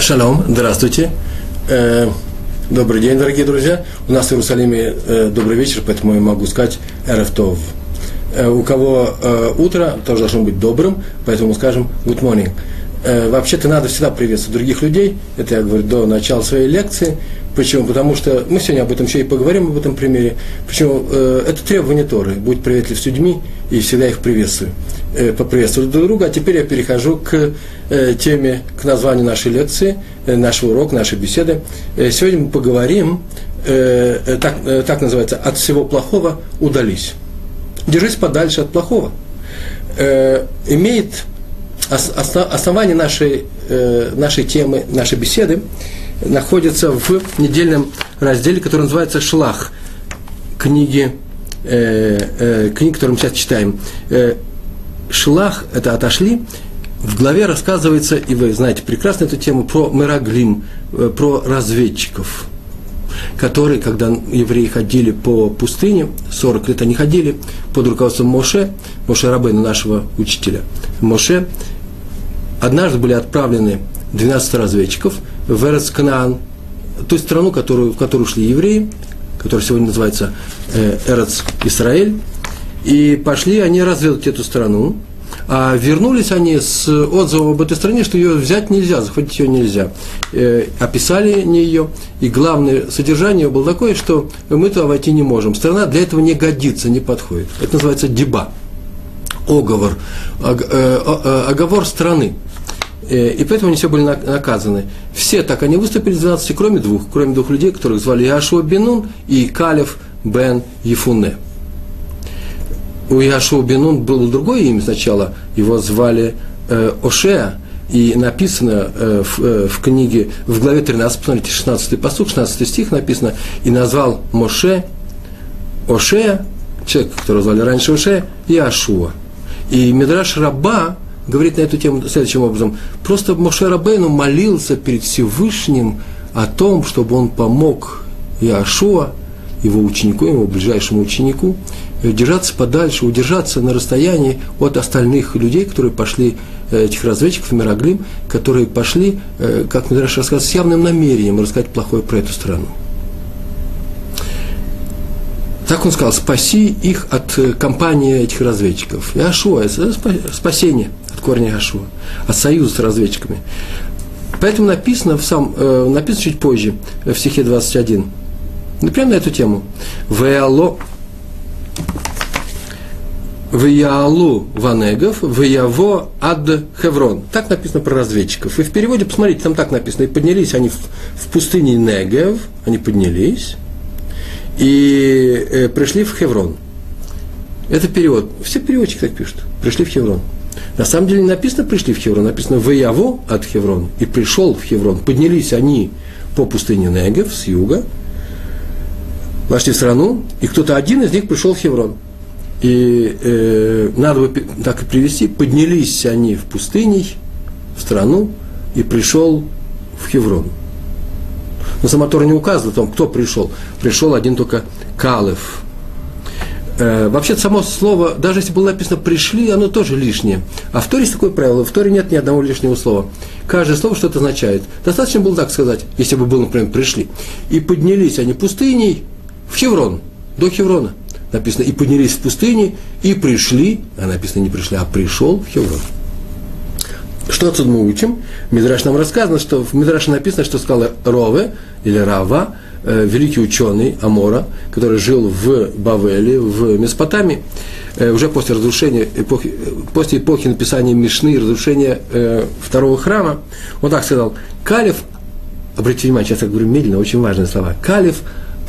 Шалом, здравствуйте. Добрый день, дорогие друзья. У нас в Иерусалиме добрый вечер, поэтому я могу сказать «Эрев Тов». У кого утро тоже должно быть добрым, поэтому скажем «Good morning». Вообще-то надо всегда приветствовать других людей. Это я говорю до начала своей лекции. Почему? Потому что мы сегодня об этом еще и поговорим, об этом примере. Почему? Это требование Торы. Будь приветлив с людьми и всегда их приветствуй. Поприветствовать друг друга. А теперь я перехожу к теме, к названию нашей лекции, нашего урока, нашей беседы. Сегодня мы поговорим, так называется, «От всего плохого удались». Держись подальше от плохого. Имеет основание нашей темы, нашей беседы находится в недельном разделе, который называется «Шлах», книги, которую мы сейчас читаем. «Шлах» – это «отошли». В главе рассказывается, и вы знаете прекрасно эту тему, про мераглим, про разведчиков, которые, когда евреи ходили по пустыне, 40 лет они ходили под руководством Моше Рабейну, нашего учителя Моше, однажды были отправлены 12 разведчиков в Эрец Кнаан, ту страну, в которую шли евреи, которая сегодня называется Эрец Исраэль, и пошли они разведать эту страну, а вернулись они с отзывом об этой стране, что ее взять нельзя, захватить ее нельзя. Описали не ее, и главное содержание было такое, что мы туда войти не можем. Страна для этого не годится, не подходит. Это называется диба, оговор оговор страны. И поэтому они все были наказаны. Все так они выступили, 12, кроме двух людей, которых звали Яшуа бен Нун и Калев бен Ефунне. У Яшуа бен Нун было другое имя сначала, его звали Ошеа, и написано в книге, в главе 13, посмотрите, 16 пасук, 16 стих написано, и назвал Моше Ошеа, человека, которого звали раньше Ошеа, Яшуа. И Мидраш Раба говорит на эту тему следующим образом. Просто Моше Рабейну молился перед Всевышним о том, чтобы он помог Яшуа, его ученику, его ближайшему ученику, держаться подальше, удержаться на расстоянии от остальных людей, которые пошли, этих разведчиков, Мераглим, которые пошли, как Мидраш рассказывает, с явным намерением рассказать плохое про эту страну. Так он сказал, спаси их от компании этих разведчиков. Яшуа – это спасение от корня Яшуа, от союза с разведчиками. Поэтому написано чуть позже, в стихе 21, прямо на эту тему. «Веялу ванегов, веяво ад Хеврон». Так написано про разведчиков. И в переводе, посмотрите, там так написано. И поднялись они в пустыне Негев, они поднялись, и пришли в Хеврон. Это перевод. Все переводчики так пишут. Пришли в Хеврон. На самом деле не написано «пришли в Хеврон», написано «веяво от Хеврон», и пришел в Хеврон. Поднялись они по пустыне Негев с юга, вошли в страну, и кто-то один из них пришел в Хеврон. И надо бы так и привести, поднялись они в пустыне, в страну, и пришел в Хеврон. Но сама Тора не указывает о том, кто пришел. Пришел один только Калев. Вообще, само слово, даже если было написано «пришли», оно тоже лишнее. А в Торе есть такое правило, в Торе нет ни одного лишнего слова. Каждое слово что-то означает. Достаточно было так сказать, если бы было, например, «пришли». И поднялись они пустыней в Хеврон, до Хеврона. Написано «и поднялись в пустыне, и пришли», а написано не «пришли», а «пришел в Хеврон». Что отсюда мы учим? В Мидраше нам рассказано, что в Мидраше написано, что сказал Рове, или Рава, великий ученый Амора, который жил в Бавеле, в Месопотамии, уже после разрушения, после эпохи написания Мишны, разрушения второго храма, он так сказал, Калев, обратите внимание, сейчас я говорю медленно, очень важные слова, Калев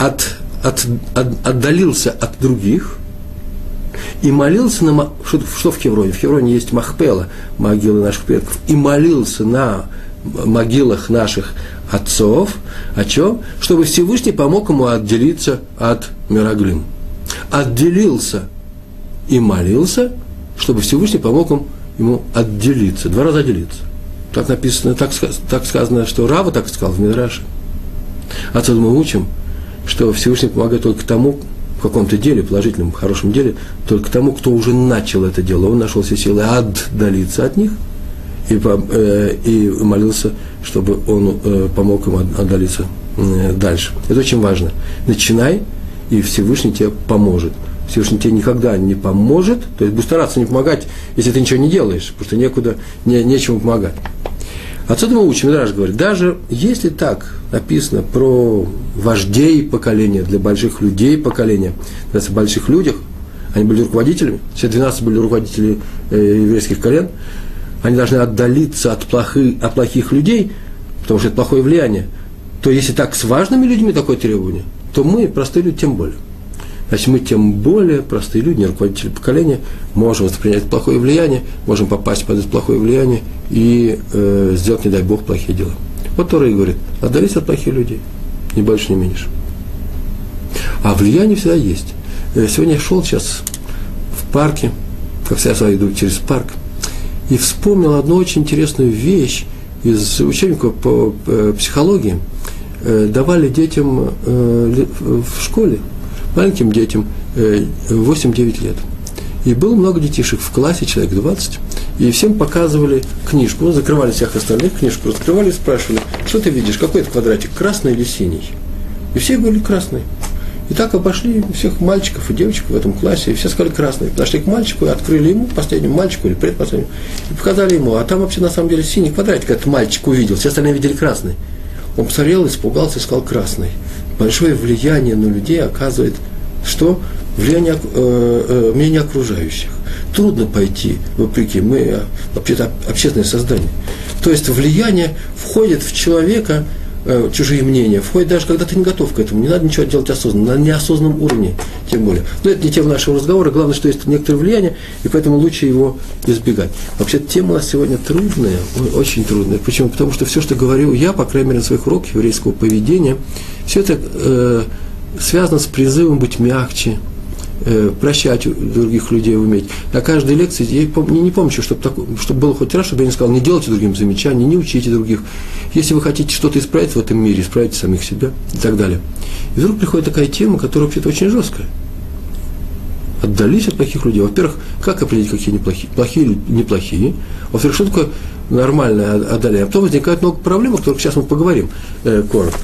отдалился от других, и молился на... Что в Хевроне? В Хевроне есть Махпела, могилы наших предков. И молился на могилах наших отцов. О чем? Чтобы Всевышний помог ему отделиться от Мераглим. Отделился и молился, чтобы Всевышний помог ему отделиться. 2 раза отделиться. Так написано, так сказано, что Рава так сказал в Мидраше. Отсюда мы учим, что Всевышний помогает только тому, в каком-то деле, положительном, хорошем деле, только тому, кто уже начал это дело. Он нашел все силы отдалиться от них и молился, чтобы он помог ему отдалиться дальше. Это очень важно. Начинай, и Всевышний тебе поможет. Всевышний тебе никогда не поможет, то есть будешь стараться не помогать, если ты ничего не делаешь, потому что нечему помогать. Отсюда мы учим, Мидраш говорит, даже если так написано про вождей поколения, для больших людей поколения, о больших людях, они были руководителями, все 12 были руководители еврейских колен, они должны отдалиться от плохих людей, потому что это плохое влияние, то если так с важными людьми такое требование, то мы, простые люди, тем более. Значит, мы тем более, простые люди, не руководители поколения, можем воспринять плохое влияние, можем попасть под это плохое влияние и сделать, не дай Бог, плохие дела. Вот Тора и говорит, отдались от плохих людей, ни больше, ни меньше. А влияние всегда есть. Сегодня я шел сейчас в парке, как всегда иду через парк, и вспомнил одну очень интересную вещь из учебника по психологии. Давали детям в школе, маленьким детям 8-9 лет. И было много детишек в классе, человек 20, и всем показывали книжку, закрывали всех остальных, книжку раскрывали и спрашивали, что ты видишь, какой это квадратик, красный или синий? И все говорили красный. И так обошли всех мальчиков и девочек в этом классе, и все сказали красный. Подошли к мальчику и открыли ему, последнему мальчику или предпоследнему, и показали ему, а там вообще на самом деле синий квадратик, этот мальчик увидел, все остальные видели красный. Он посмотрел, испугался и сказал красный. Большое влияние на людей оказывает, что влияние мнения окружающих. Трудно пойти вопреки, мы вообще-то общественное создание. То есть влияние входит в человека, чужие мнения, входит даже когда ты не готов к этому, не надо ничего делать осознанно, на неосознанном уровне тем более. Но это не тема нашего разговора, главное, что есть некоторое влияние, и поэтому лучше его избегать. Вообще тема у нас сегодня трудная, очень трудная. Почему? Потому что все, что говорю я, по крайней мере, на своих уроках еврейского поведения, все это связано с призывом быть мягче, прощать других людей уметь. На каждой лекции я не помню, чтобы было хоть раз, чтобы я не сказал, не делайте другим замечаний, не учите других. Если вы хотите что-то исправить в этом мире, исправите самих себя и так далее. И вдруг приходит такая тема, которая вообще-то очень жесткая. Отдались от плохих людей. Во-первых, как определить, какие неплохие, плохие или неплохие? Во-вторых, что такое нормальное отдаление? А потом возникает много проблем, о которых сейчас мы поговорим коротко.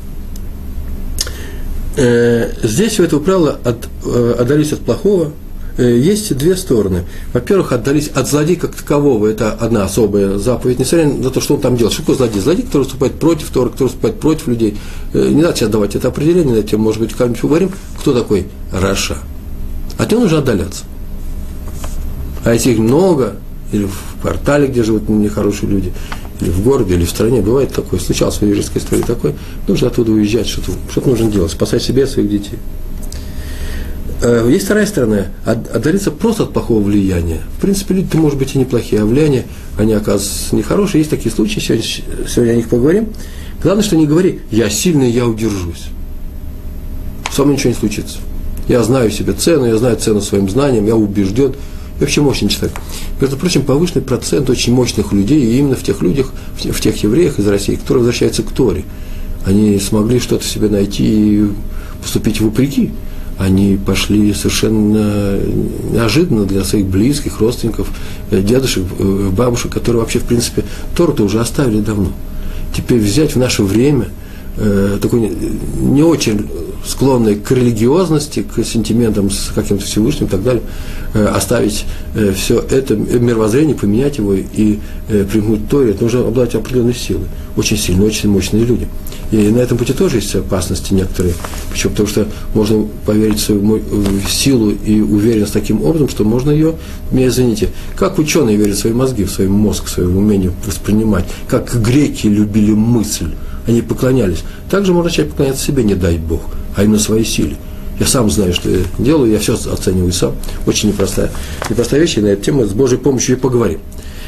Здесь у этого правила отдались от плохого есть две стороны. Во-первых, отдались от злодея как такового, это одна особая заповедь, несмотря на то, что он там делает. Что такое злодей? Злодей, который выступает против Торы, который выступает против людей. Не надо сейчас давать это определение, на тему, может быть, как-нибудь поговорим, кто такой Раша. От него нужно отдаляться. А если их много, или в квартале, где живут нехорошие люди, или в городе, или в стране, бывает такое, случалось в еврейской истории такое, нужно оттуда уезжать, что-то нужно делать, спасать себя и своих детей. Есть вторая сторона, отдалиться просто от плохого влияния. В принципе, люди-то, может быть, и неплохие, а влияние, они, оказываются, нехорошие. Есть такие случаи, сегодня о них поговорим. Главное, что не говори, я сильный, я удержусь. Со мной ничего не случится. Я знаю себе цену, я знаю цену своим знаниям, я убежден. И вообще мощный человек. Между прочим, повышенный процент очень мощных людей, и именно в тех людях, в тех евреях из России, которые возвращаются к Торе. Они смогли что-то себе найти и поступить вопреки. Они пошли совершенно неожиданно для своих близких, родственников, дедушек, бабушек, которые вообще, в принципе, Тору-то уже оставили давно. Теперь взять в наше время такой не очень склонный к религиозности, к сентиментам с каким-то Всевышним и так далее, оставить все это мировоззрение, поменять его и примкнуть Торе, это нужно обладать определенной силой. Очень сильные, очень мощные люди. И на этом пути тоже есть опасности некоторые. Почему? Потому что можно поверить в свою силу и уверенность таким образом, что можно ее, извините, как ученые верят в свои мозги, в свой мозг, в свое умение воспринимать, как греки любили мысль, они поклонялись. Также можно начать поклоняться себе, не дай Бог, а именно своей силе. Я сам знаю, что я делаю, я все оцениваю сам. Очень непростая вещь, и на эту тему с Божьей помощью и поговорим.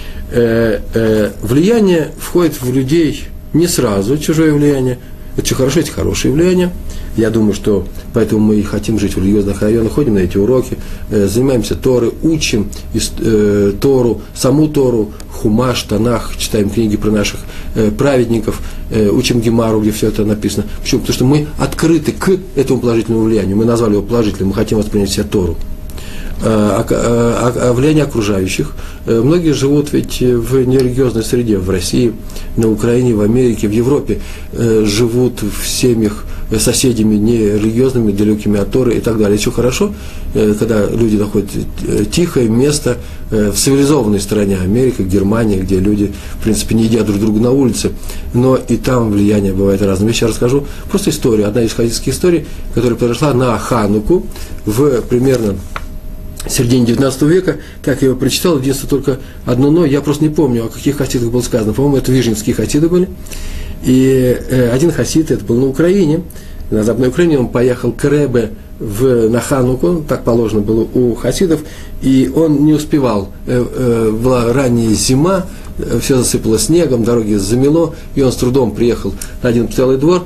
Влияние входит в людей не сразу, чужое влияние. Это все хорошо, эти хорошие влияния. Я думаю, что поэтому мы и хотим жить в религиозных районах, ходим на эти уроки, занимаемся Торой, учим Тору, саму Тору, Хумаш, Танах, читаем книги про наших праведников, учим Гемару, где все это написано. Почему? Потому что мы открыты к этому положительному влиянию. Мы назвали его положительным, мы хотим воспринять себе Тору. влияние окружающих. Многие живут ведь в нерелигиозной среде, в России, на Украине, в Америке, в Европе, живут в семьях соседями нерелигиозными, далекими от Торы и так далее. Еще хорошо, когда люди находят тихое место в цивилизованной стране, Америка, Германия, где люди, в принципе, не едят друг друга на улице, но и там влияние бывает разное. Я сейчас расскажу просто историю, одна из хасидских историй, которая произошла на Хануку в примерно середине 19 века, как я его прочитал, единственное только одно «но», я просто не помню, о каких хасидах было сказано, по-моему, это вижницкие хасиды были, и один хасид, это был на Украине, на Западной Украине, он поехал к Ребе на Хануку, так положено было у хасидов, и он не успевал, была ранняя зима, все засыпало снегом, дороги замело, и он с трудом приехал на один постоялый двор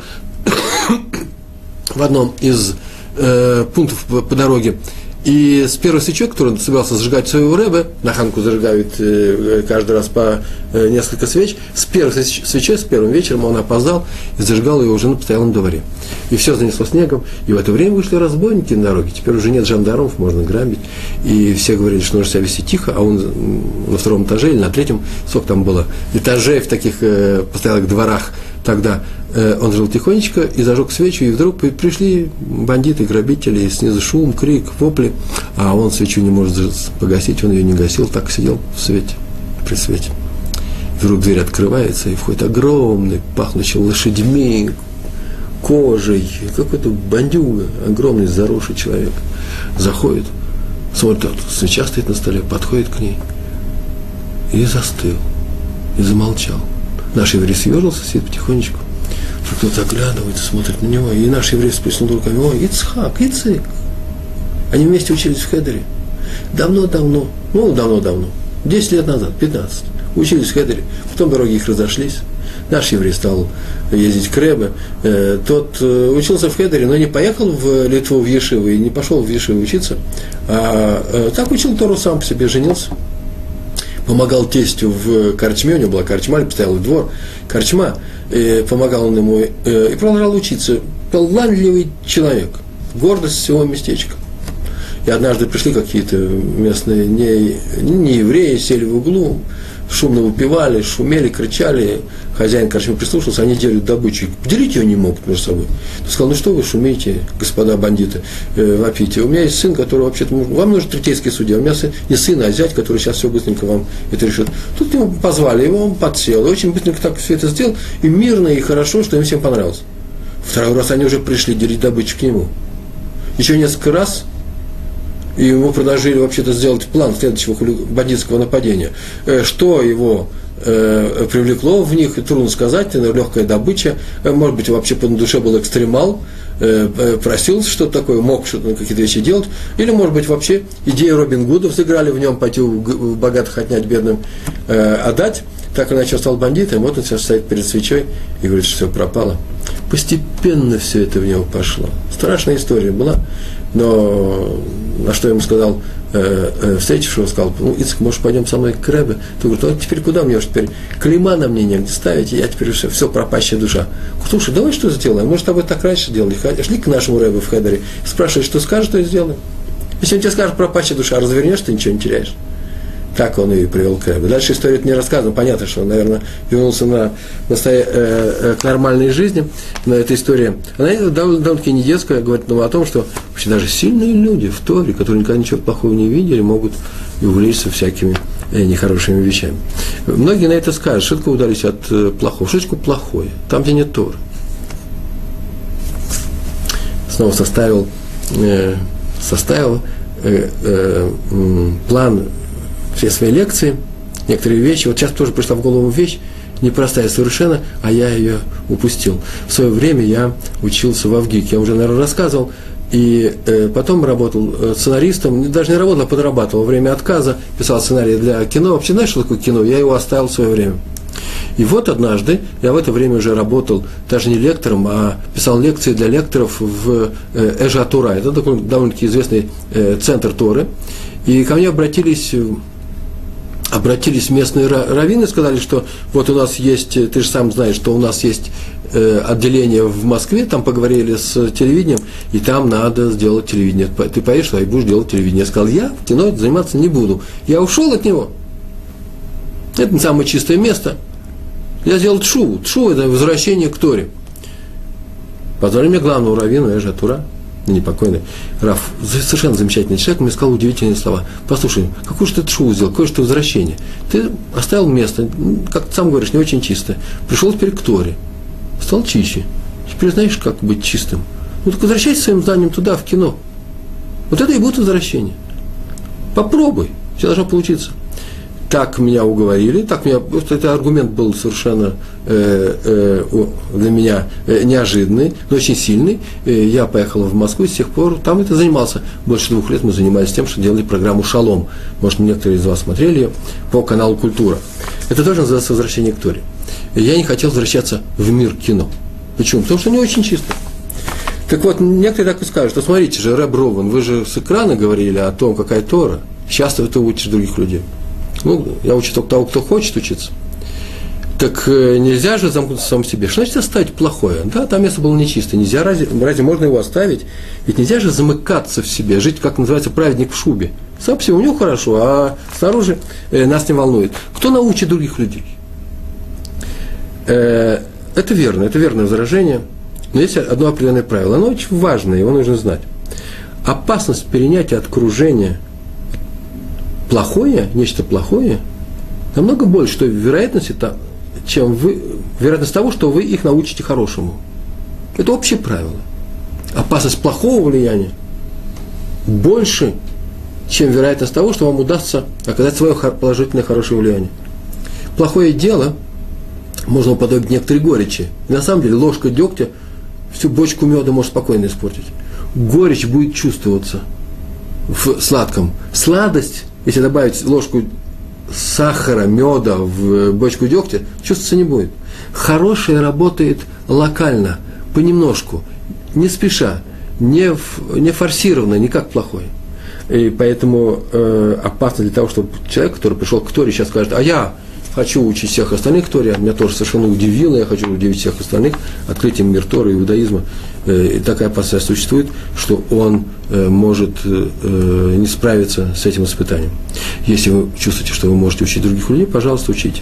в одном из пунктов по дороге. И с первой свечой, которую он собирался зажигать своего Ребе, на Хануку зажигают каждый раз по несколько свеч, с первой свечой, с первым вечером он опоздал и зажигал ее уже на постоялом дворе. И все занесло снегом, и в это время вышли разбойники на дороге, теперь уже нет жандармов, можно грабить, и все говорили, что нужно себя вести тихо, а он на втором этаже или на третьем, сколько там было, этажей в таких постоялых дворах, тогда он жил тихонечко и зажег свечу, и вдруг пришли бандиты, грабители, и снизу шум, крик, вопли, а он свечу не может погасить, он ее не гасил, так сидел в свете, при свете. Вдруг дверь открывается, и входит огромный, пахнущий лошадьми, кожей, какой-то бандюга, огромный, заросший человек, заходит, смотрит, свеча стоит на столе, подходит к ней, и застыл, и замолчал. Наш еврей съежился, сидит потихонечку. Кто-то оглядывается, смотрит на него, и наш еврей сплеснул руками: «Ой, Ицхак, Ицик!» Они вместе учились в Хедере. Давно-давно, 10 лет назад, 15, учились в Хедере, потом дороги их разошлись. Наш еврей стал ездить к Ребе, тот учился в Хедере, но не поехал в Литву, в Ешиву, и не пошел в Ешиву учиться, а так учил Тору сам по себе, женился. Помогал тестю в корчме, у него была корчма, или постоялый двор, корчма, помогал он ему и продолжал учиться. Талантливый человек, гордость всего местечка. И однажды пришли какие-то местные не евреи, сели в углу, шумно выпивали, шумели, кричали. Хозяин корчмы прислушался, они делят добычу, делить ее не могут между собой. Он сказал: «Ну что вы шумите, господа бандиты, вопите? У меня есть сын, который вообще-то... Вам нужен третейский судья, у меня не сын, а зять, который сейчас все быстренько вам это решит». Тут его позвали, его он подсел, и очень быстренько так все это сделал, и мирно, и хорошо, что им всем понравилось. Второй раз они уже пришли делить добычу к нему. Еще несколько раз, и ему предложили вообще-то сделать план следующего бандитского нападения. Что его привлекло в них, трудно сказать, легкая добыча, может быть, вообще по душе был экстремал, просился что-то такое, мог что-то, какие-то вещи делать, или, может быть, вообще идеи Робин Гудов сыграли в нем, пойти у богатых отнять, бедным отдать. Так или иначе он стал бандитом, вот он сейчас стоит перед свечой и говорит, что все пропало. Постепенно все это в него пошло. Страшная история была, но на что я ему сказал, встретившего, сказал: «Ну, Ицхак, может, пойдем со мной к Ребе?» Ты говоришь: «Ну, теперь куда мне уже теперь? Клейма на мне негде ставить, и я теперь все пропащая душа». Слушай, давай что сделаем? Мы же с тобой так раньше делали. Шли к нашему Ребе в Хедере, спрашивай, что скажешь, то и сделаем. Если он тебе скажет пропащая душа, развернешь, ты ничего не теряешь. Так он и привел к Ребе. Дальше история не рассказана. Понятно, что он, наверное, вернулся к нормальной жизни. Но эта история, она довольно-таки не детская, говорит нам о том, что вообще даже сильные люди в Торе, которые никогда ничего плохого не видели, могут и увлечься всякими нехорошими вещами. Многие на это скажут: что такое удались от плохого? Что такое плохое? Там, где нет Торы. Снова составил план все свои лекции, некоторые вещи. Вот сейчас тоже пришла в голову вещь, непростая совершенно, а я ее упустил. В свое время я учился в Авгике, я уже, наверное, рассказывал, и потом работал сценаристом, даже не работал, а подрабатывал. Во время отказа писал сценарий для кино. Вообще, знаешь, что такое кино? Я его оставил в свое время. И вот однажды, я в это время уже работал даже не лектором, а писал лекции для лекторов в Эжа Тура. Это такой довольно-таки известный центр Торы. И ко мне обратились обратились местные раввины, сказали, что вот у нас есть, ты же сам знаешь, что у нас есть отделение в Москве, там поговорили с телевидением, и там надо сделать телевидение. Ты поедешь туда и будешь делать телевидение. Я сказал, я кино заниматься не буду. Я ушел от него. Это не самое чистое место. Я сделал тшуву. Тшува – это возвращение к Торе. Позвали мне главного раввина, я же от Тура, непокойный. Раф, совершенно замечательный человек, мне сказал удивительные слова. Послушай, какую же ты тшуву сделал, какое же ты возвращение? Ты оставил место, как ты сам говоришь, не очень чистое. Пришел теперь к Торе, стал чище. Теперь знаешь, как быть чистым? Ну так возвращайся своим знанием туда, в кино. Вот это и будет возвращение. Попробуй, все должно получиться. Так меня уговорили, это аргумент был совершенно для меня неожиданный, но очень сильный. Я поехал в Москву, и с тех пор там это занимался. Больше 2 лет мы занимались тем, что делали программу «Шалом». Может, некоторые из вас смотрели ее по каналу «Культура». Это тоже называется «Возвращение к Торе». Я не хотел возвращаться в мир кино. Почему? Потому что не очень чисто. Так вот, некоторые так и скажут, что смотрите же, Реб Ровен, вы же с экрана говорили о том, какая Тора. Сейчас ты учишь других людей. Ну, я учу только того, кто хочет учиться. Так нельзя же замкнуться в самом себе. Что значит оставить плохое? Да, там место было нечистое. Нельзя, разве можно его оставить? Ведь нельзя же замыкаться в себе, жить, как называется, праведник в шубе. Сам по себе у него хорошо, а снаружи нас не волнует. Кто научит других людей? Это верное возражение. Но есть одно определенное правило. Оно очень важное, его нужно знать. Опасность перенятия от окружения плохое, нечто плохое, намного больше той вероятности, чем вероятность того, что вы их научите хорошему. Это общее правило. Опасность плохого влияния больше, чем вероятность того, что вам удастся оказать свое положительное, хорошее влияние. Плохое дело можно уподобить некоторой горечи. И на самом деле ложка дегтя всю бочку меда может спокойно испортить. Горечь будет чувствоваться в сладком. Сладость, если добавить ложку сахара, меда в бочку дегтя, чувствоваться не будет. Хорошее работает локально, понемножку, не спеша, не форсированно, не как плохое. И поэтому опасно для того, чтобы человек, который пришел к Торе, сейчас скажет, а я хочу учить всех остальных Торе, меня тоже совершенно удивило, я хочу удивить всех остальных открытием мир Торы и иудаизма. И такая опасность существует, что он может не справиться с этим испытанием. Если вы чувствуете, что вы можете учить других людей, пожалуйста, учите.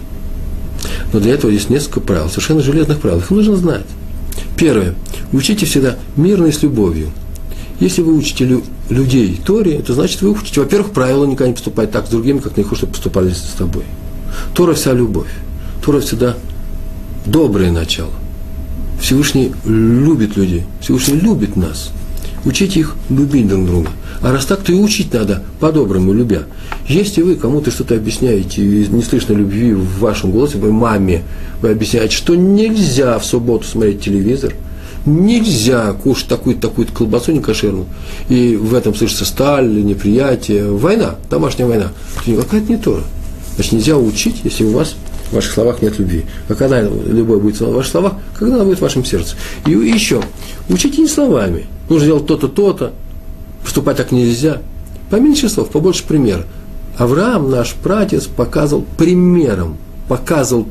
Но для этого есть несколько правил, совершенно железных правил, их нужно знать. Первое. Учите всегда мирно и с любовью. Если вы учите людей Торе, это значит, вы учите, во-первых, правила никогда не поступать так с другими, как наихудо, чтобы поступали с тобой. Тора вся любовь. Тора всегда доброе начало. Всевышний любит людей. Всевышний любит нас. Учите их любить друг друга. А раз так, то и учить надо по-доброму, любя. Если вы кому-то что-то объясняете, и не слышно любви в вашем голосе, вы маме, вы объясняете, что нельзя в субботу смотреть телевизор, нельзя кушать такую-то колбасу некошерную, и в этом слышится сталь, неприятие, война, домашняя война. Какая-то не Тора. Значит, нельзя учить, если у вас в ваших словах нет любви. А когда любовь будет в ваших словах, когда она будет в вашем сердце. И еще, учите не словами. Нужно делать то-то, то-то. Поступать так нельзя. Поменьше слов, побольше примера. Авраам, наш праотец, показывал примером, показывал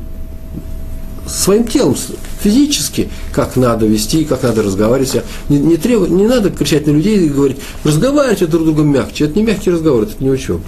своим телом, физически, как надо вести, как надо разговаривать. Не надо кричать на людей и говорить, разговаривайте друг с другом мягче. Это не мягкий разговор, это не учеба.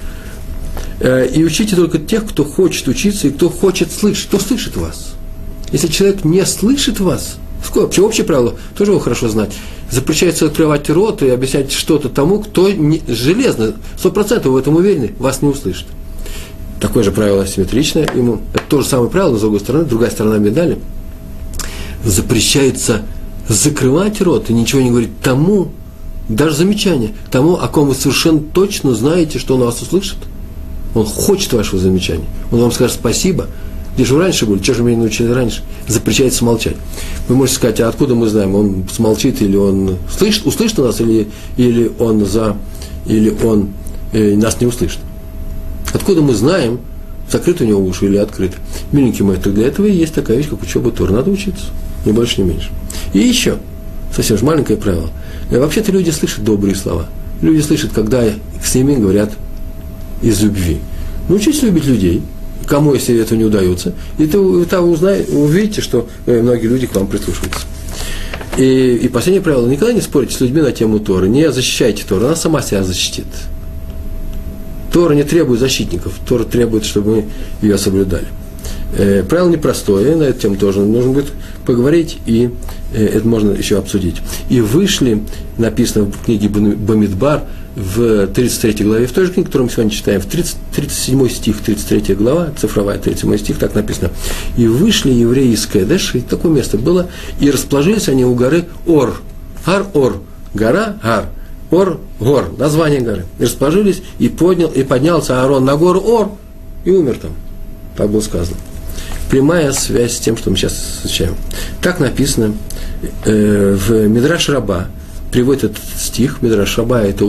И учите только тех, кто хочет учиться и кто хочет слышать, кто слышит вас. Если человек не слышит вас, вообще общее правило, тоже его хорошо знать, запрещается открывать рот и объяснять что-то тому, кто железно, 100% в этом уверены, вас не услышит. Такое же правило асимметричное ему. Это то же самое правило, но с другой стороны, другая сторона медали. Запрещается закрывать рот и ничего не говорить тому, даже замечание, тому, о ком вы совершенно точно знаете, что он вас услышит. Он хочет вашего замечания. Он вам скажет спасибо. Где же вы раньше были? Чего же меня не научили раньше? Запрещается молчать. Вы можете сказать, а откуда мы знаем, он смолчит, или он услышит нас, или он нас не услышит. Откуда мы знаем, закрыты у него уши или открыты? Миленькие мои, так для этого и есть такая вещь, как учеба Торы. Надо учиться. Ни больше, ни меньше. И еще, совсем же маленькое правило. Вообще-то люди слышат добрые слова. Люди слышат, когда с ними говорят из любви. Научитесь любить людей, кому, если это не удается, и увидите, что многие люди к вам прислушиваются. И последнее правило: никогда не спорьте с людьми на тему Торы, не защищайте Тору, она сама себя защитит. Тора не требует защитников, Тора требует, чтобы мы ее соблюдали. Правило непростое, на эту тему тоже нужно будет поговорить, и это можно еще обсудить. И вышли, написано в книге Бамидбар, в 33 главе, в той же книге, которую мы сегодня читаем, в 37 стих, 33 глава, цифровая, 37 стих, так написано: «И вышли евреи из Кедеш», и такое место было, «и расположились они у горы Ор». Ар-Ор, гора, Ар, Ор, гор, название горы. И расположились, и поднялся Аарон на гору Ор, и умер там. Так было сказано. Прямая связь с тем, что мы сейчас изучаем. Так написано в Мидраш Раба, приводит этот стих. Мидраш Раба – это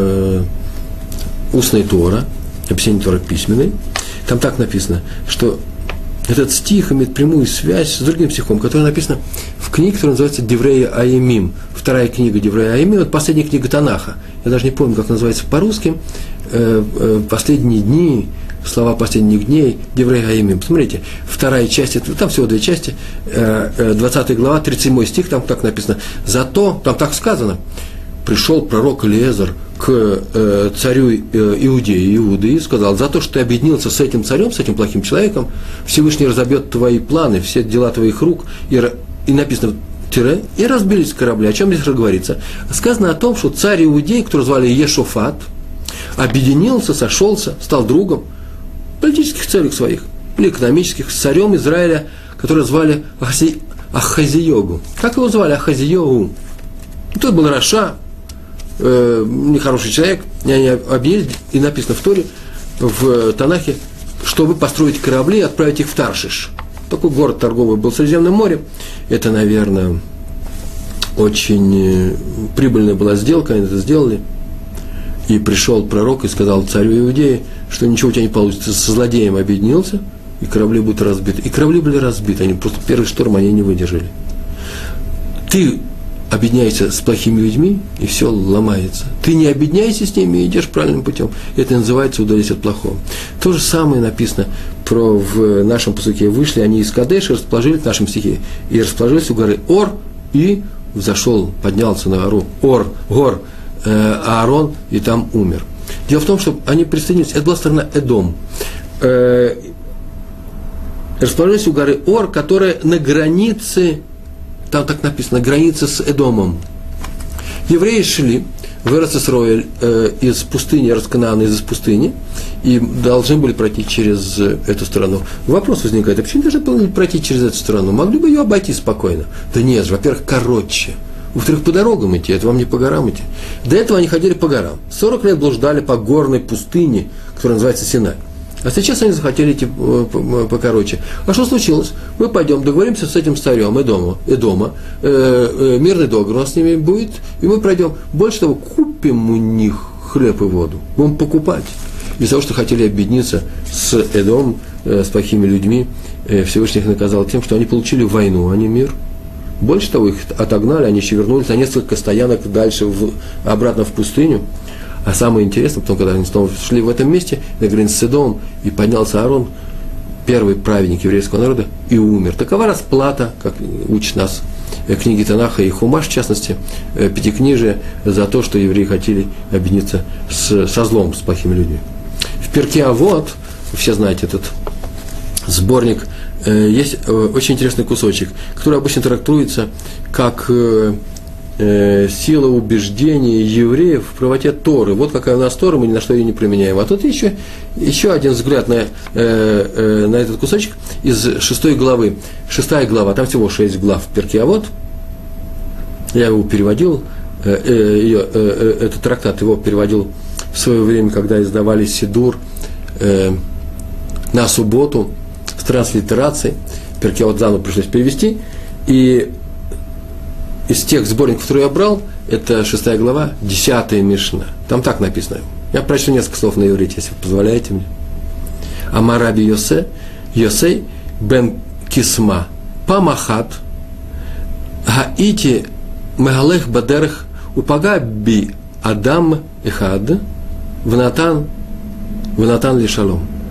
устная Тора, объяснение Торы письменной. Там так написано, что этот стих имеет прямую связь с другим стихом, который написан в книге, которая называется «Деврей Аимим». Вторая книга «Деврей Аимим» – это последняя книга Танаха. Я даже не помню, как называется по-русски. «Последние дни», слова последних дней, Деврей Аимим. Посмотрите, вторая часть, там всего две части, 20 глава, 37 стих, там так написано: «Зато», там так сказано, «пришел пророк Элиэзер к царю Иудеи, Иуды, и сказал: за то, что ты объединился с этим царем, с этим плохим человеком, Всевышний разобьет твои планы, все дела твоих рук», и написано тире, «и разбились корабли». О чем здесь говорится? Сказано о том, что царь Иудей, которого звали Ешофат, объединился, сошелся, стал другом политических целей своих, или экономических, с царем Израиля, которого звали Ахазиогу. Как его звали? Ахазиогу. Тот был Раша, нехороший человек, и они объединились, и написано в Торе, в Танахе, чтобы построить корабли и отправить их в Таршиш. Такой город торговый был в Средиземном море. Это, наверное, очень прибыльная была сделка, они это сделали. И пришел пророк и сказал царю Иудеи, что ничего у тебя не получится, со злодеем объединился, и корабли будут разбиты. И корабли были разбиты, они просто первый шторм они не выдержали. Ты объединяйся с плохими людьми, и все ломается. Ты не объединяйся с ними и идешь правильным путем. Это называется удалить от плохого. То же самое написано в нашем пасуке: «Вышли они из Кадеша, расположились в нашем стихе, и расположились у горы Ор, и взошел, поднялся на гору гор Аарон, и там умер». Дело в том, что они присоединились, это была страна Эдом, расположились у горы Ор, которая на границе, там так написано, на границе с Эдомом. Евреи шли в Эрец-Исроэль из пустыни, Эрец-Канаана из пустыни, и должны были пройти через эту страну. Вопрос возникает: а почему должны были пройти через эту страну? Могли бы ее обойти спокойно? Да нет же, во-первых, короче. Во-вторых, по дорогам идти, это вам не по горам идти. До этого они ходили по горам. 40 лет блуждали по горной пустыне, которая называется Синай. А сейчас они захотели идти покороче. А что случилось? Мы пойдем, договоримся с этим царем Эдома, мирный договор у нас с ними будет, и мы пройдем. Больше того, купим у них хлеб и воду. Будем покупать. Из-за того, что хотели объединиться с Эдомом, с плохими людьми, Всевышний их наказал тем, что они получили войну, а не мир. Больше того, их отогнали, они еще вернулись на несколько стоянок дальше, обратно в пустыню. А самое интересное, потом, когда они снова шли в этом месте, на границе с Эдомом, и поднялся Аарон, первый праведник еврейского народа, и умер. Такова расплата, как учит нас книги Танаха и Хумаш, в частности, Пятикнижие, за то, что евреи хотели объединиться со злом, с плохими людьми. В Перке Авот, все знаете этот сборник, есть очень интересный кусочек, который обычно трактуется как сила убеждения евреев в правоте Торы. Вот какая у нас Тора, мы ни на что ее не применяем. А тут еще один взгляд на этот кусочек из 6 главы. 6 глава, там всего 6 глав в Перке Авот. Я его переводил, этот трактат его переводил в свое время, когда издавали Сидур на субботу с транслитерацией. Перке Авот заново пришлось перевести. И из тех сборников, которые я брал, это 6 глава, 10 Мишна. Там так написано. Я прочту несколько слов на иврите, если вы позволяете мне. Амар Раби Йосей бен Кисма памахат хаити мегалех бадерх упага би адам эхад внатан ли шалом.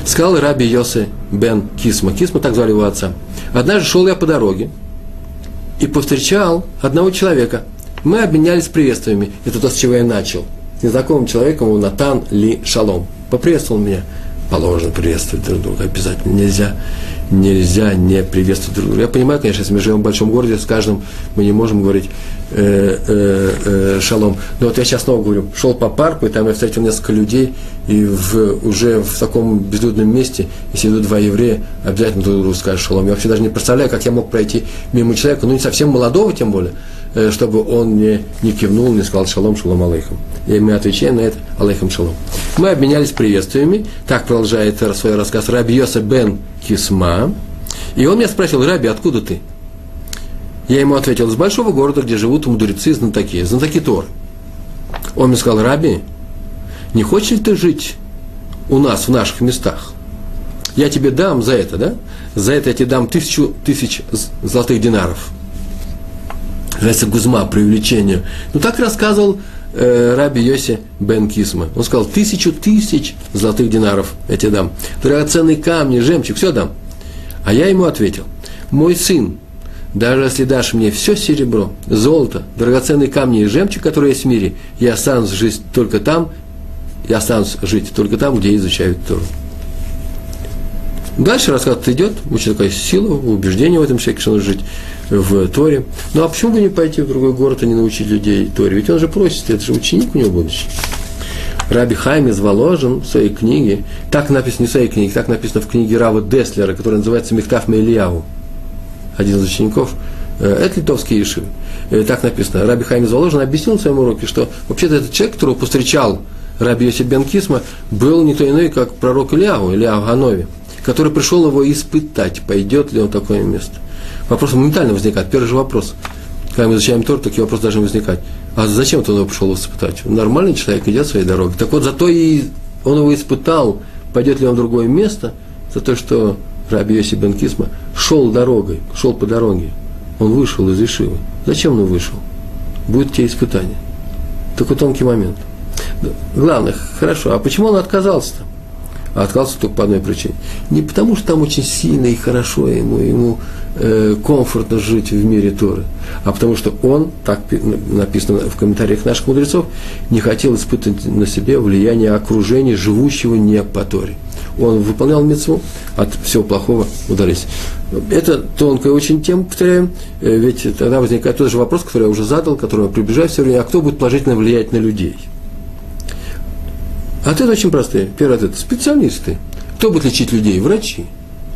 Сказал Раби Йоси бен Кисма. Кисма, так звали его отца. Однажды шел я по дороге и повстречал одного человека. Мы обменялись приветствиями. Это то, с чего я начал. С незнакомым человеком, его Натан ли Шалом. Поприветствовал меня. Положено приветствовать друг друга. Обязательно. Нельзя не приветствовать друг друга. Я понимаю, конечно, если мы живем в большом городе, с каждым мы не можем говорить шалом. Но вот я сейчас снова говорю, шел по парку, и там я встретил несколько людей, и уже в таком безлюдном месте, если идут два еврея, обязательно друг другу скажут шалом. Я вообще даже не представляю, как я мог пройти мимо человека, не совсем молодого, тем более, чтобы он не кивнул, не сказал шалом, шалом алейхам. И мы отвечаем на это алейхам шалом. Мы обменялись приветствиями. Так продолжает свой рассказ Раби Йоси бен Кисма. И он меня спросил: Раби, откуда ты? Я ему ответил: из большого города, где живут мудрецы, знатоки Торы. Он мне сказал: Раби, не хочешь ли ты жить у нас, в наших местах? Я тебе дам за это, да? За это я тебе дам 1000 золотых динаров. Называется гузма, преувеличение. Ну, так рассказывал Раби Йоси бен Кисма. Он сказал: 1000 золотых динаров я тебе дам. Драгоценные камни, жемчуг, все дам. А я ему ответил: мой сын, даже если дашь мне все серебро, золото, драгоценные камни и жемчуг, которые есть в мире, я останусь жить только там, где изучают Тору. Дальше рассказ идет, очень такая сила, убеждение в этом человеке, что нужно жить в Торе. Ну а почему бы не пойти в другой город и не научить людей Торе? Ведь он же просит, это же ученик у него будущий. Раби Хаим из Воложен в своей книге, так написано не в своей книге, так написано в книге Рава Деслера, которая называется «Михтав Меэлияу», один из учеников, это литовский ешив. Так написано. Раби Хаим из Воложен объяснил в своем уроке, что вообще-то этот человек, которого повстречал Раби Йоси бен Кисма, был никто иной, как пророк Ильяу Ганови, который пришел его испытать, пойдет ли он в такое место. Вопрос моментально возникает. Первый же вопрос. Когда мы изучаем Тору, такие вопросы должны возникать. А зачем он его пришел испытать? Он нормальный человек, идет своей дорогой. Так вот, зато и он его испытал, пойдет ли он в другое место, за то, что Раби Йоси бен Кисма шел по дороге. Он вышел из ешивы. Зачем он вышел? Будут те испытания. Такой тонкий момент. Главное, хорошо, а почему он отказался-то? А отказался только по одной причине. Не потому, что там очень сильно и хорошо ему комфортно жить в мире Торы, а потому что он, так написано в комментариях наших мудрецов, не хотел испытывать на себе влияние окружения, живущего не по Торе. Он выполнял мицву, от всего плохого удались. Это тонкая очень тема, повторяем, ведь тогда возникает тот же вопрос, который я уже задал, к которому я приближаюсь все время: а кто будет положительно влиять на людей? Ответы очень простые. Первый ответ – специалисты. Кто будет лечить людей? Врачи.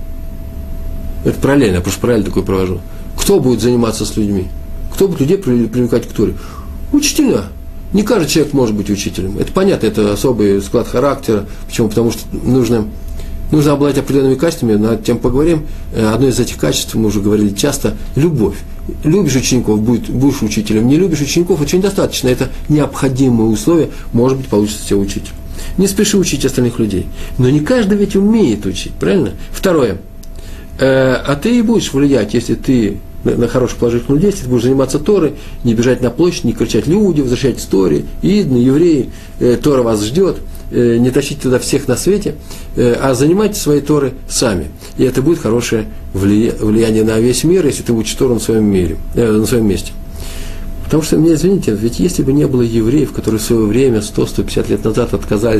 Это параллельно, я просто параллель такой провожу. Кто будет заниматься с людьми? Кто будет людей привлекать к Торе? Учителя. Не каждый человек может быть учителем. Это понятно, это особый склад характера. Почему? Потому что нужно обладать определенными качествами, над тем поговорим. Одно из этих качеств, мы уже говорили часто, любовь. Любишь учеников, будешь учителем. Не любишь учеников, очень достаточно. Это необходимые условия, может быть, получится тебе учитель. Не спеши учить остальных людей. Но не каждый ведь умеет учить, правильно? Второе. А ты и будешь влиять, если ты на хороших положительных людей, если ты будешь заниматься Торой, не бежать на площадь, не кричать: люди, возвращайтесь к Торе, идны, евреи, Тора вас ждет, не тащите туда всех на свете, а занимайтесь своей Торой сами. И это будет хорошее влияние на весь мир, если ты учишь Тору на своем месте. Потому что, мне извините, ведь если бы не было евреев, которые в свое время, 100-150 лет назад, отказались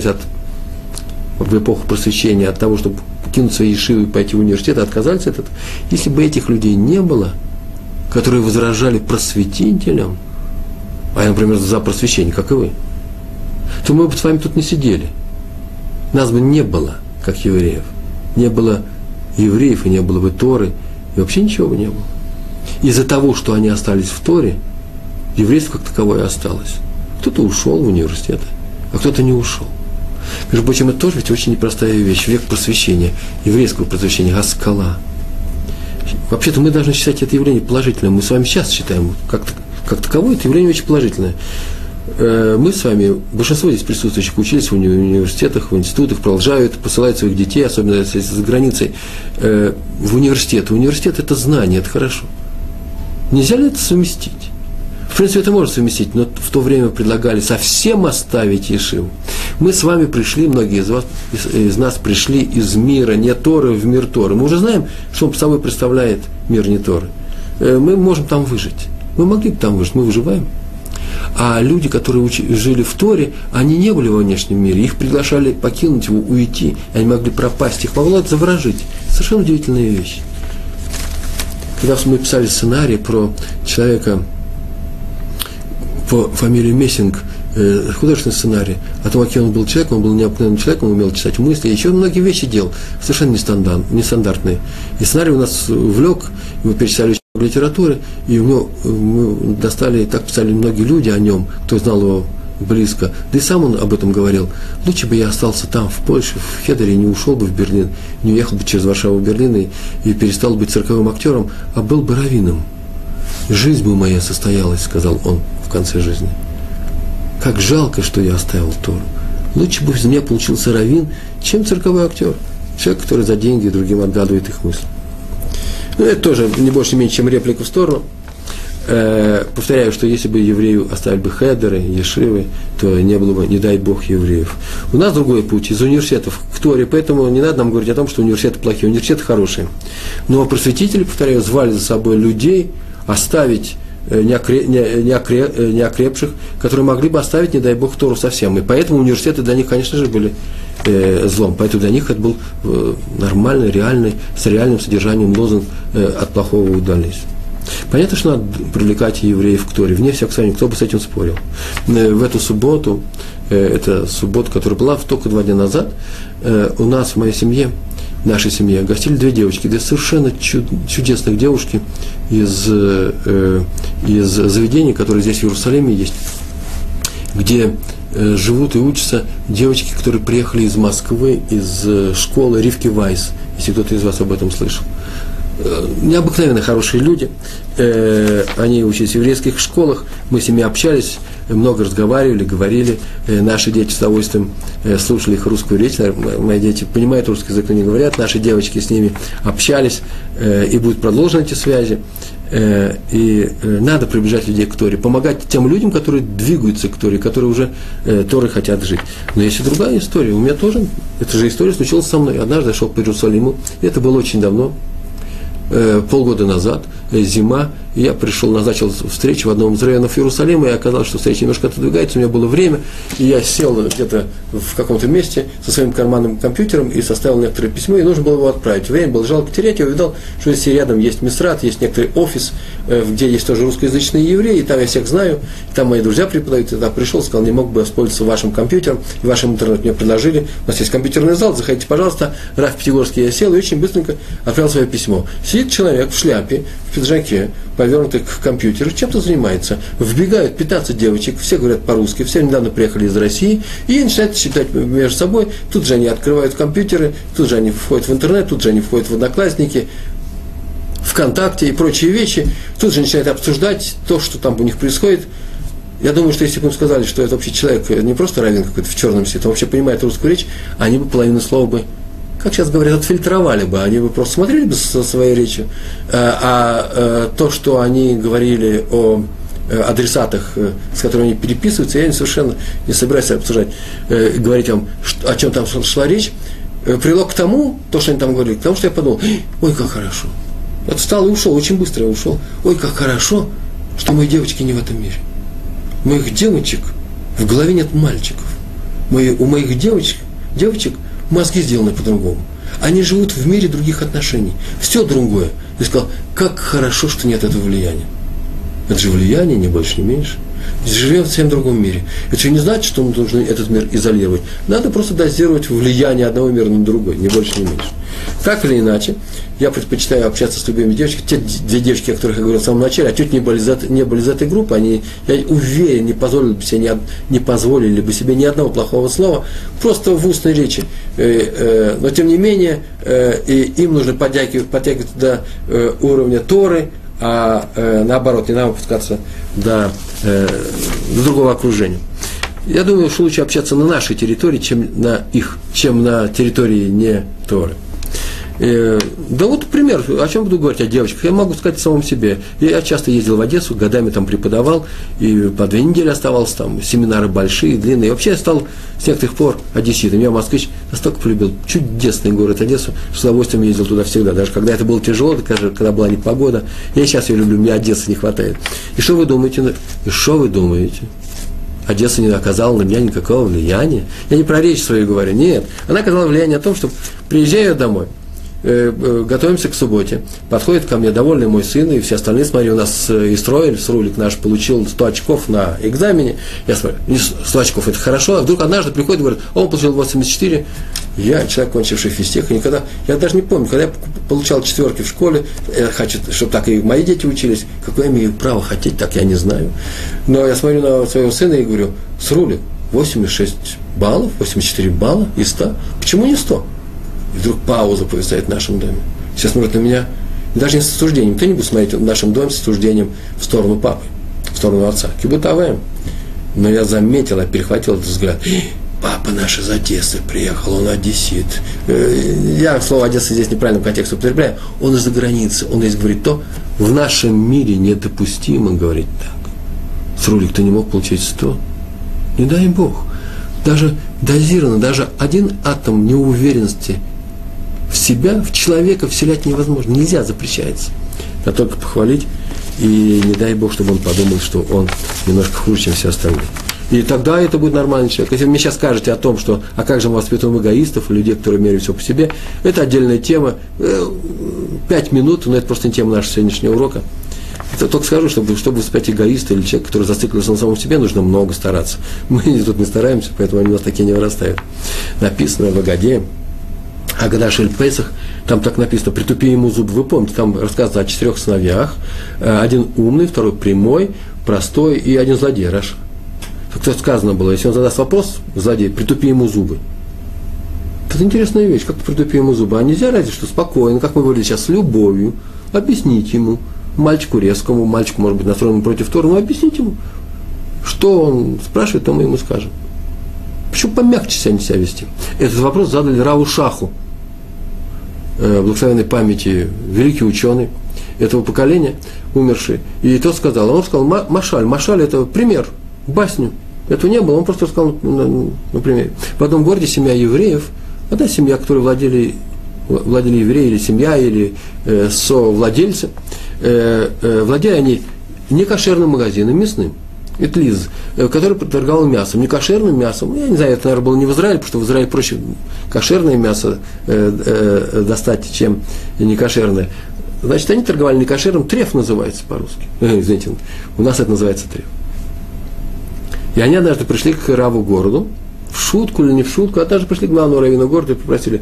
в эпоху просвещения от того, чтобы покинуть свои ешивы и пойти в университет, отказались от этого, если бы этих людей не было, которые возражали просветителям, а я, например, за просвещение, как и вы, то мы бы с вами тут не сидели. Нас бы не было, как евреев. Не было евреев, и не было бы Торы, и вообще ничего бы не было. Из-за того, что они остались в Торе, еврейство как таковое осталось. Кто-то ушел в университет, а кто-то не ушел. Между прочим, это тоже ведь очень непростая вещь. Век просвещения, еврейского просвещения, Гаскала. Вообще-то мы должны считать это явление положительным. Мы с вами сейчас считаем, как таковое, это явление очень положительное. Мы с вами, большинство здесь присутствующих, учились в университетах, в институтах, продолжают, посылают своих детей, особенно если за границей, в университет. Университет – это знание, это хорошо. Нельзя ли это совместить? В принципе, это можно совместить, но в то время предлагали совсем оставить ешиву. Мы с вами пришли, многие из вас, из нас пришли из мира не Торы в мир Торы. Мы уже знаем, что он собой представляет мир не Торы. Мы можем там выжить. Мы могли бы там выжить, мы выживаем. А люди, которые жили в Торе, они не были во внешнем мире. Их приглашали покинуть его, уйти. Они могли пропасть. Их могло заворожить. Совершенно удивительная вещь. Когда мы писали сценарий про человека по фамилии Мессинг, художественный сценарий, о том, каким он был человеком, он был необыкновенным человеком, он умел читать мысли, еще многие вещи делал, совершенно нестандартные. И сценарий у нас влек, мы перечитали очень много литературы, и мы достали, так писали многие люди о нем, кто знал его близко, да и сам он об этом говорил. Лучше бы я остался там, в Польше, в Хедере, не ушел бы в Берлин, не уехал бы через Варшаву в Берлин и перестал быть цирковым актером, а был бы раввином. Жизнь бы моя состоялась, сказал он в конце жизни. Как жалко, что я оставил Тору. Лучше бы из меня получился раввин, чем цирковой актер. Человек, который за деньги другим отгадывает их мысли. Ну, это тоже не больше, не меньше, чем реплика в сторону. Повторяю, что если бы еврею оставили бы хедеры, ешивы, то не было бы, не дай Бог, евреев. У нас другой путь, из университетов к Торе, поэтому не надо нам говорить о том, что университеты плохие, университеты хорошие. Но просветители, повторяю, звали за собой людей оставить неокрепших, которые могли бы оставить, не дай Бог, Тору совсем. И поэтому университеты для них, конечно же, были злом. Поэтому для них это был нормальный, реальный, с реальным содержанием лозунг «от плохого удались». Понятно, что надо привлекать евреев к Торе, вне всякого сомнения, кто бы с этим спорил. В эту субботу, это суббота, которая была только 2 дня назад, у нас в моей семье, в нашей семье, гостили 2 девочки, 2 совершенно чудесных девушки из заведений, которые здесь в Иерусалиме есть, где живут и учатся девочки, которые приехали из Москвы, из школы Ривки Вайс, если кто-то из вас об этом слышал. Необыкновенно хорошие люди, они учились в еврейских школах, мы с ними общались, много разговаривали, говорили, наши дети с удовольствием слушали их русскую речь, мои дети понимают русский язык, но не говорят, наши девочки с ними общались, и будут продолжены эти связи, и надо приближать людей к Торе, помогать тем людям, которые двигаются к Торе, которые уже Торой хотят жить. Но есть и другая история, у меня тоже, эта же история случилась со мной, однажды я шел по Иерусалиму, и это было очень давно, полгода назад, зима, и я пришел, назначил встречу в одном из районов Иерусалима, и оказалось, что встреча немножко отодвигается, у меня было время, и я сел где-то в каком-то месте со своим карманным компьютером и составил некоторое письмо, и нужно было его отправить. Время было жалко терять, я увидел, что здесь рядом есть Мисрат, есть некоторый офис, где есть тоже русскоязычные евреи, и там я всех знаю, и там мои друзья преподают, и я пришел, сказал, не мог бы воспользоваться вашим компьютером, и вашим интернетом мне предложили, у нас есть компьютерный зал, заходите, пожалуйста, Раф Пятигорский, я сел и очень быстренько отправил свое письмо. Сидит человек в шляпе, в пиджаке, повернутый к компьютеру, чем-то занимается. Вбегают 15 девочек, все говорят по-русски, все недавно приехали из России, и начинают читать между собой. Тут же они открывают компьютеры, тут же они входят в интернет, тут же они входят в Одноклассники, ВКонтакте и прочие вещи. Тут же начинают обсуждать то, что там у них происходит. Я думаю, что если бы им сказали, что это вообще человек, не просто раввин какой-то в черном свете, он вообще понимает русскую речь, они бы половину слова бы, как сейчас говорят, отфильтровали бы, они бы просто смотрели бы со своей речью, то, что они говорили о адресатах, с которыми они переписываются, я совершенно не собираюсь обсуждать, говорить вам, о чем там шла речь, привело к тому, то, что они там говорили, к тому, что я подумал, ой, как хорошо. Я встал и ушел, очень быстро я ушел. Ой, как хорошо, что мои девочки не в этом мире. У моих девочек в голове нет мальчиков. У моих девочек мозги сделаны по-другому. Они живут в мире других отношений. Все другое. Я сказал, как хорошо, что нет этого влияния. Это же влияние, не больше, не меньше. Живем в совсем другом мире. Это же не значит, что мы должны этот мир изолировать. Надо просто дозировать влияние одного мира на другой, не больше, не меньше. Так или иначе, я предпочитаю общаться с любыми девочками. Те 2 девочки, о которых я говорил в самом начале, отнюдь не были из этой группы, они, я уверен, не позволили бы себе ни одного плохого слова, просто в устной речи. Но тем не менее, им нужно подтягивать до уровня Торы, а наоборот, не надо опускаться до другого окружения. Я думаю, что лучше общаться на нашей территории, чем на территории не Торы. Да вот пример, о чем буду говорить, о девочках. Я могу сказать о самом себе. Я часто ездил в Одессу, годами там преподавал, и по 2 недели оставался там, семинары большие, длинные. И вообще я стал с некоторых пор одесситом. Я москвич настолько полюбил чудесный город Одессу, что с удовольствием ездил туда всегда. Даже когда это было тяжело, даже когда была непогода. Я и сейчас ее люблю, мне Одессы не хватает. И что вы думаете? Одесса не оказала на меня никакого влияния. Я не про речь свою говорю, нет. Она оказала влияние о том, что приезжаю домой, готовимся к субботе, подходит ко мне довольный мой сын и все остальные, смотри, у нас Исроэль, Срулик наш, получил 100 очков на экзамене. Я смотрю, 100 очков это хорошо, а вдруг однажды приходит и говорит, он получил 84. Я, человек, кончивший физтех, никогда, я даже не помню, когда я получал 4 в школе, я хочу, чтобы так и мои дети учились, какое я имею право хотеть, так я не знаю. Но я смотрю на своего сына и говорю, Срулик, 86 баллов, 84 балла из 100, почему не 100? И вдруг пауза повисает в нашем доме. Все смотрят на меня, и даже не с осуждением. Никто не будет смотреть в нашем доме с осуждением в сторону папы, в сторону отца. Кибутаваем. Но я заметил, я перехватил этот взгляд. Папа наш из Одессы приехал, он одессит. Я слово Одесса здесь в неправильном контексте употребляю. Он из-за границы, он здесь говорит то, в нашем мире недопустимо говорить так. Срулик, ты не мог получить 100? Не дай Бог. Даже дозированно, даже один атом неуверенности в себя, в человека вселять невозможно. Нельзя, запрещается. А только похвалить, и не дай Бог, чтобы он подумал, что он немножко хуже, чем все остальные. И тогда это будет нормальный человек. Если вы мне сейчас скажете о том, что, а как же мы воспитываем эгоистов, людей, которые меряют все по себе, это отдельная тема. 5 минут, но это просто не тема нашего сегодняшнего урока. Я только скажу, чтобы воспитать эгоиста или человека, который зациклился на самом себе, нужно много стараться. Мы тут не стараемся, поэтому они у нас такие не вырастают. Написано в Агаде, Агада Шель Песах, там так написано, притупи ему зубы. Вы помните, там рассказано о 4 сыновьях. Один умный, второй прямой, простой и один злодей, Раша. Как сказано было, если он задаст вопрос, злодей, притупи ему зубы. Это интересная вещь, как притупи ему зубы. А нельзя разве что спокойно, как мы говорили сейчас, с любовью, объяснить ему, мальчику резкому, мальчику, может быть, настроенному против Торы, но объяснить ему, что он спрашивает, то мы ему скажем. Почему помягче себя вести? Этот вопрос задали Раву Шаху, благословенной памяти, великий ученый этого поколения, умерший. И тот сказал, он сказал, Машаль это пример, басню. Этого не было, он просто сказал, например. В одном городе семья евреев, одна семья, которой владели евреи, или семья, или совладельцы, владели они некошерным магазином, мясным, Этлиз, который торговал мясом, некошерным мясом. Я не знаю, это, наверное, было не в Израиле, потому что в Израиле проще кошерное мясо достать, чем некошерное. Значит, они торговали некошерным, треф называется по-русски. Извините, у нас это называется треф. И они однажды пришли к раву городу, в шутку или не в шутку, однажды пришли к главному раввину города и попросили,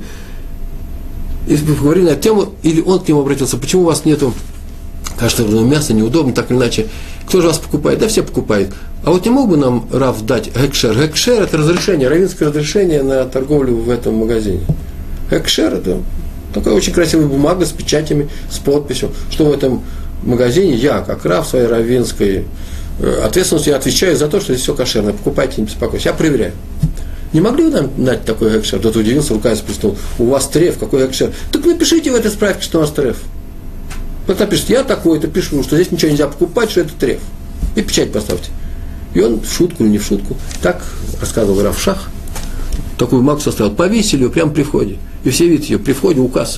и поговорили на эту тему, или он к нему обратился, почему у вас нету кошерного мяса, неудобно, так или иначе, кто же вас покупает? Да все покупают. А вот не мог бы нам рав дать гекшер? Гекшер – это разрешение, раввинское разрешение на торговлю в этом магазине. Гекшер – это такая очень красивая бумага с печатями, с подписью, что в этом магазине я, как рав своей раввинской ответственностью, я отвечаю за то, что здесь все кошерно, покупайте, не беспокойтесь, я проверяю. Не могли вы нам дать такой гекшер? Тот удивился, руками сплеснул. У вас треф, какой гекшер? Так напишите в этой справке, что у нас треф. Вот напишите, я такой-то пишу, что здесь ничего нельзя покупать, что это треф. И печать поставьте. И он в шутку или не в шутку, так рассказывал Рав Шах, такую бумагу составил, повесили ее прямо при входе. И все видят ее при входе у кассы.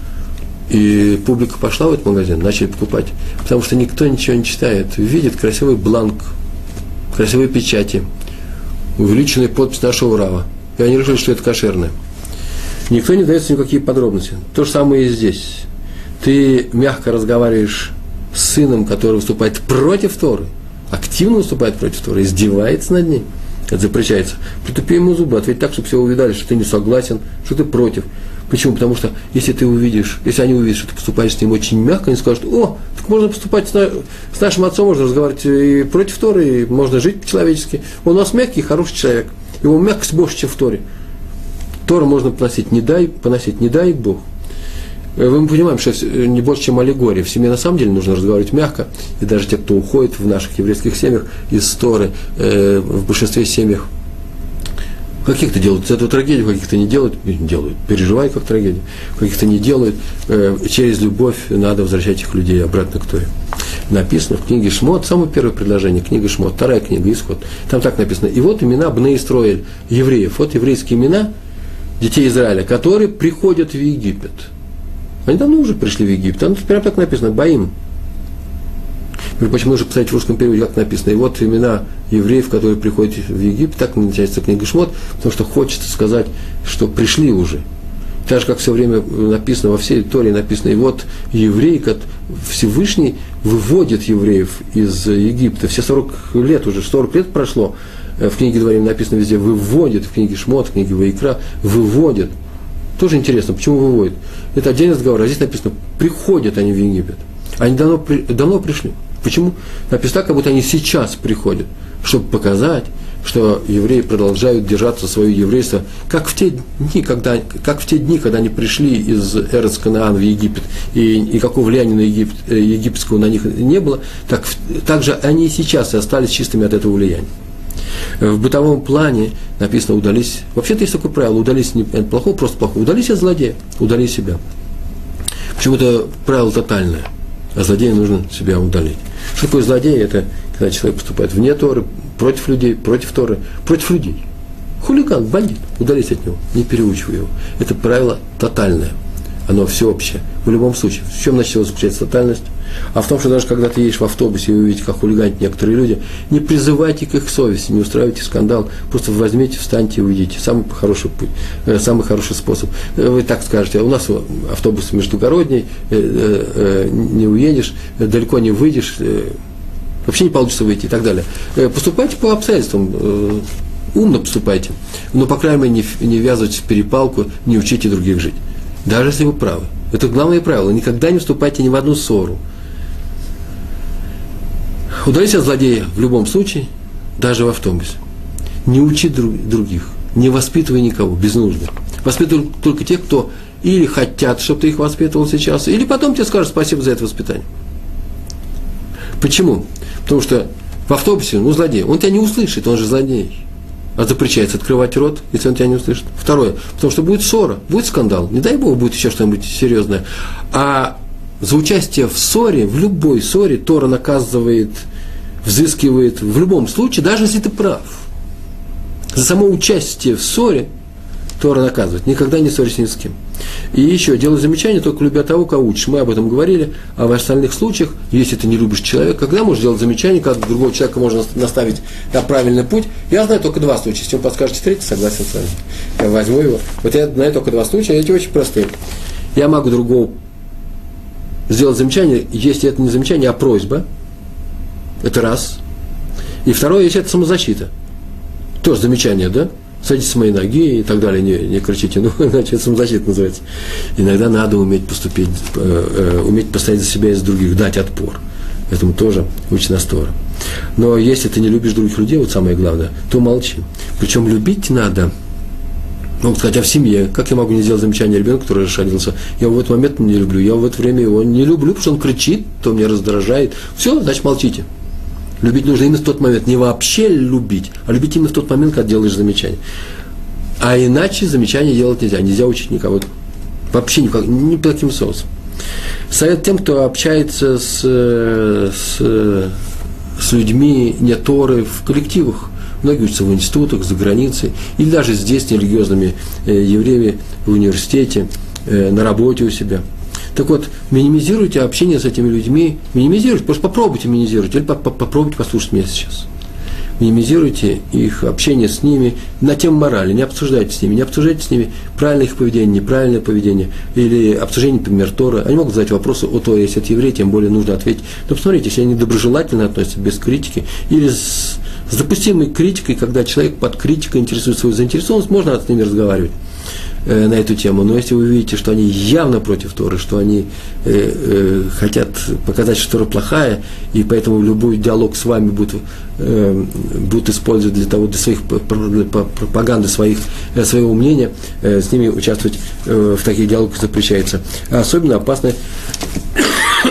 И публика пошла в этот магазин, начали покупать. Потому что никто ничего не читает. Видит красивый бланк, красивые печати, увеличенная подпись нашего рава. И они решили, что это кошерное. Никто не дается никакие подробности. То же самое и здесь. Ты мягко разговариваешь с сыном, который выступает против Торы, активно выступает против Торы, издевается над ней. Это запрещается. Притупи ему зубы, ответь так, чтобы все увидали, что ты не согласен, что ты против. Почему? Потому что если ты увидишь, если они увидят, что ты поступаешь с ним очень мягко, они скажут, о, так можно поступать с нашим отцом, можно разговаривать и против Торы, и можно жить по-человечески. Он у нас мягкий, хороший человек. Его мягкость больше, чем в Торе. Тору можно поносить, не дай Бог. Мы понимаем, что не больше, чем аллегория. В семье на самом деле нужно разговаривать мягко. И даже те, кто уходит в наших еврейских семьях из Торы, в большинстве семьях Каких-то делают эту трагедию, каких-то не делают, переживают как трагедию, каких-то не делают. Через любовь надо возвращать их людей обратно к Торе. Написано в книге Шмот, самое первое предложение, книга Шмот, вторая книга, Исход. Там так написано. И вот имена Бней Исроэль, евреев. Вот еврейские имена детей Израиля, которые приходят в Египет. Они давно уже пришли в Египет. Там прямо так написано, Баим. Почему нужно посмотреть в русском переводе, как написано. И вот имена евреев, которые приходят в Египет, так начинается книга Шмот, потому что хочется сказать, что пришли уже. Так же, как все время написано, во всей Торе написано, и вот евреи, как Всевышний выводит евреев из Египта. Все 40 лет уже, 40 лет прошло, в книге Дворим написано везде, выводит, в книге Шмот, в книге Ваикра, выводит. Тоже интересно, почему выводит? Это отдельный разговор, а здесь написано, приходят они в Египет. Они давно пришли. Почему? Написано так, как будто они сейчас приходят, чтобы показать, что евреи продолжают держаться свое еврейство, как в те дни, когда они пришли из Эрец Канаан в Египет, и никакого влияния на египетского на них не было, так же они и сейчас и остались чистыми от этого влияния. В бытовом плане написано «удались». Вообще-то есть такое правило, удались не плохого, просто плохого. Удались от злодея, удали себя. Почему это правило тотальное? А злодея нужно себя удалить. Что такое злодей? Это когда человек поступает вне Торы, против людей, против Торы, против людей. Хулиган, бандит, удались от него, не переучивай его. Это правило тотальное, оно всеобщее. В любом случае, в чем значит заключается тотальность? А в том, что даже когда ты едешь в автобусе и вы видите, как хулиганят некоторые люди, не призывайте к их совести, не устраивайте скандал, просто возьмите, встаньте и уйдите. Самый хороший путь, самый хороший способ. Вы так скажете, а у нас автобус междугородний, не уедешь, далеко не выйдешь, вообще не получится выйти и так далее. Поступайте по обстоятельствам, умно поступайте, но, по крайней мере, не ввязывайтесь в перепалку, не учите других жить. Даже если вы правы. Это главное правило. Никогда не вступайте ни в одну ссору. Удались от злодея в любом случае, даже в автобусе. Не учи других, не воспитывай никого без нужды. Воспитывай только тех, кто или хотят, чтобы ты их воспитывал сейчас, или потом тебе скажут спасибо за это воспитание. Почему? Потому что в автобусе, злодей, он тебя не услышит, он же злодей. А запрещается открывать рот, если он тебя не услышит. Второе, потому что будет ссора, будет скандал, не дай Бог, будет еще что-нибудь серьезное. А за участие в ссоре, в любой ссоре, Тора наказывает, взыскивает в любом случае, даже если ты прав. За само участие в ссоре Тора наказывает. Никогда не ссорься ни с кем. И еще, делай замечание, только любя того, кого учишь. Мы об этом говорили, а в остальных случаях, если ты не любишь человека, когда можешь делать замечание, как другого человека можно наставить на правильный путь? Я знаю только два случая. Если он подскажете третий, согласен с вами. Я возьму его. Вот я знаю только два случая, эти очень простые. Я могу другого сделать замечание, если это не замечание, а просьба. Это раз. И второе, если это самозащита. Тоже замечание, да? Садитесь с моей ноги и так далее, не кричите, иначе это самозащита называется. Иногда надо уметь поступить, уметь постоять за себя и за других, дать отпор. Этому тоже учит нас Тора. Но если ты не любишь других людей, вот самое главное, то молчи. Причем любить надо, могут сказать, а в семье, как я могу не сделать замечание ребенку, который расшалился, я его в этот момент не люблю, я в это время его не люблю, потому что он кричит, то меня раздражает. Все, значит, молчите. Любить нужно именно в тот момент, не вообще любить, а любить именно в тот момент, когда делаешь замечание. А иначе замечания делать нельзя учить никого. Вообще никак, ни по каким соусам. Совет тем, кто общается с людьми не Торы в коллективах. Многие учатся в институтах, за границей, или даже здесь, с нерелигиозными евреями в университете, на работе у себя. Так вот, минимизируйте общение с этими людьми, минимизируйте, просто попробуйте минимизировать, или попробуйте послушать меня сейчас. Минимизируйте их общение с ними на тему морали, не обсуждайте с ними правильное их поведение, неправильное поведение, или обсуждение, например, Торы. Они могут задать вопросы о Торе, если это евреи, тем более нужно ответить. Но посмотрите, если они доброжелательно относятся, без критики, или с допустимой критикой, когда человек под критикой интересует свою заинтересованность, можно с ними разговаривать на эту тему. Но если вы видите, что они явно против Торы, что они хотят показать, что Тора плохая, и поэтому любой диалог с вами будут использовать для своих пропаганды, своего мнения, с ними участвовать в таких диалогах запрещается. А особенно опасны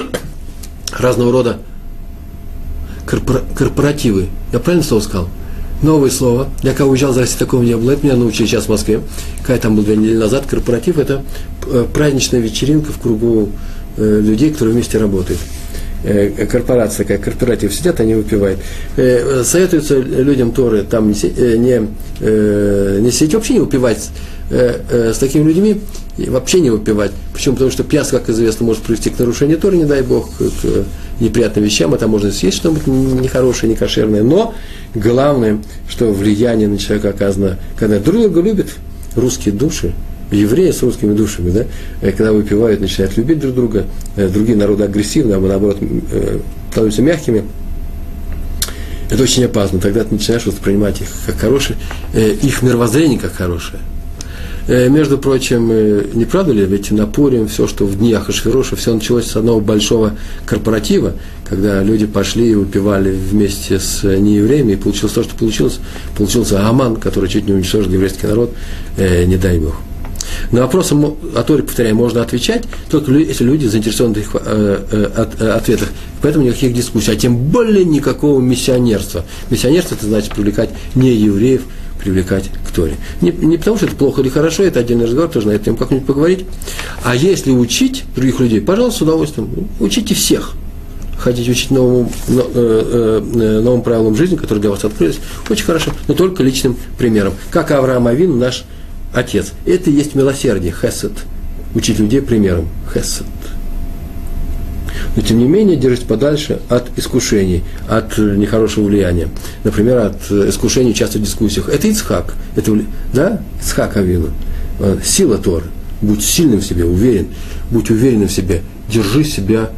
разного рода корпоративы. Я правильно слово сказал? Новое слово. Я когда уезжал за Россию, такого не было. Это меня научили сейчас в Москве. Когда я там был 2 недели назад, корпоратив – это праздничная вечеринка в кругу людей, которые вместе работают. Корпорация такая, корпоратив сидят, они выпивают. Советуется людям Торы там не сидеть, вообще не выпивать с такими людьми, вообще не выпивать. Почему? Потому что пьянство, как известно, может привести к нарушению Торы, не дай Бог, к неприятным вещам, а там можно съесть что-нибудь нехорошее, некошерное. Но главное, что влияние на человека оказано, когда друг друга любят, русские души, евреи с русскими душами, да, когда выпивают, начинают любить друг друга, другие народы агрессивны, а мы, наоборот, становимся мягкими, это очень опасно. Тогда ты начинаешь воспринимать их как хорошие, их мировоззрение как хорошее. Между прочим, не правда ли, ведь на Пурим все, что в дни Ахашвироша, все началось с одного большого корпоратива, когда люди пошли и выпивали вместе с неевреями, и получилось то, что получилось. Получился Аман, который чуть не уничтожил еврейский народ, не дай Бог. На вопросы о Торе, повторяю, можно отвечать, только если люди заинтересованы в их ответах. Поэтому никаких дискуссий, а тем более никакого миссионерства. Миссионерство – это значит привлекать не евреев, привлекать к Торе. Не потому, что это плохо или хорошо, это отдельный разговор, тоже на эту тему как-нибудь поговорить. А если учить других людей, пожалуйста, с удовольствием, учите всех. Хотите учить новым правилам жизни, которые для вас открылись, очень хорошо, но только личным примером. Как Авраам Авину, наш отец. Это и есть милосердие, хесед. Учить людей примером, хесед. Но, тем не менее, держитесь подальше от искушений, от нехорошего влияния. Например, от искушений часто в дискуссиях. Это Ицхак. Это, да? Ицхак Авину. Сила Торы. Будь сильным в себе, уверен. Будь уверенным в себе. Держи себя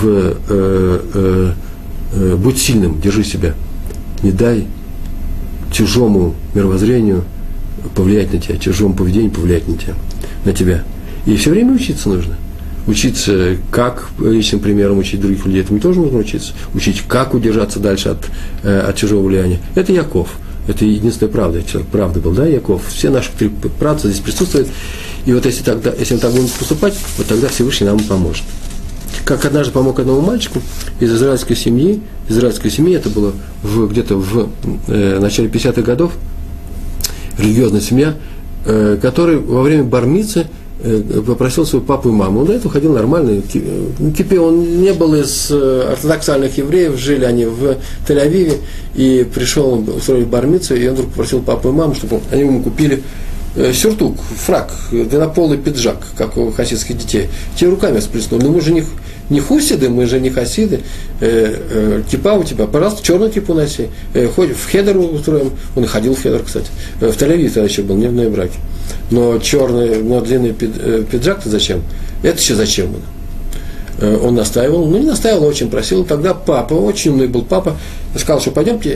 будь сильным, держи себя. Не дай чужому мировоззрению повлиять на тебя, чужому поведению повлиять на тебя. И все время учиться нужно. Учиться, как личным примером учить других людей, этому тоже нужно учиться. Учить, как удержаться дальше от чужого влияния. Это Яков. Это единственная правда. Человек правда был, да, Яков? Все наши 3 праотца здесь присутствуют. И вот если мы так будем поступать, вот тогда Всевышний нам поможет. Как однажды помог одному мальчику из израильской семьи, это было где-то в начале 50-х годов, религиозная семья, который во время бар-мицвы попросил свою папу и маму. Он до этого ходил нормально. Кипе, он не был из ортодоксальных евреев, жили они в Тель-Авиве, и пришел, устроили бар-мицву, и он вдруг попросил папу и маму, чтобы они ему купили сюртук, фрак, длиннополый пиджак, как у хасидских детей. Те руками всплеснули. Но мы же не хусиды, мы же не хасиды. Кипа у тебя, пожалуйста, черную кипу носи. Ходим в хедер устроим. Он и ходил в хедер, кстати. В Тель-Авиве тогда еще был, не в Нейбраке. Но черный, но длинный пиджак-то зачем? Это еще зачем он? Он настаивал, не настаивал, очень просил. Тогда папа, очень умный был папа, сказал, что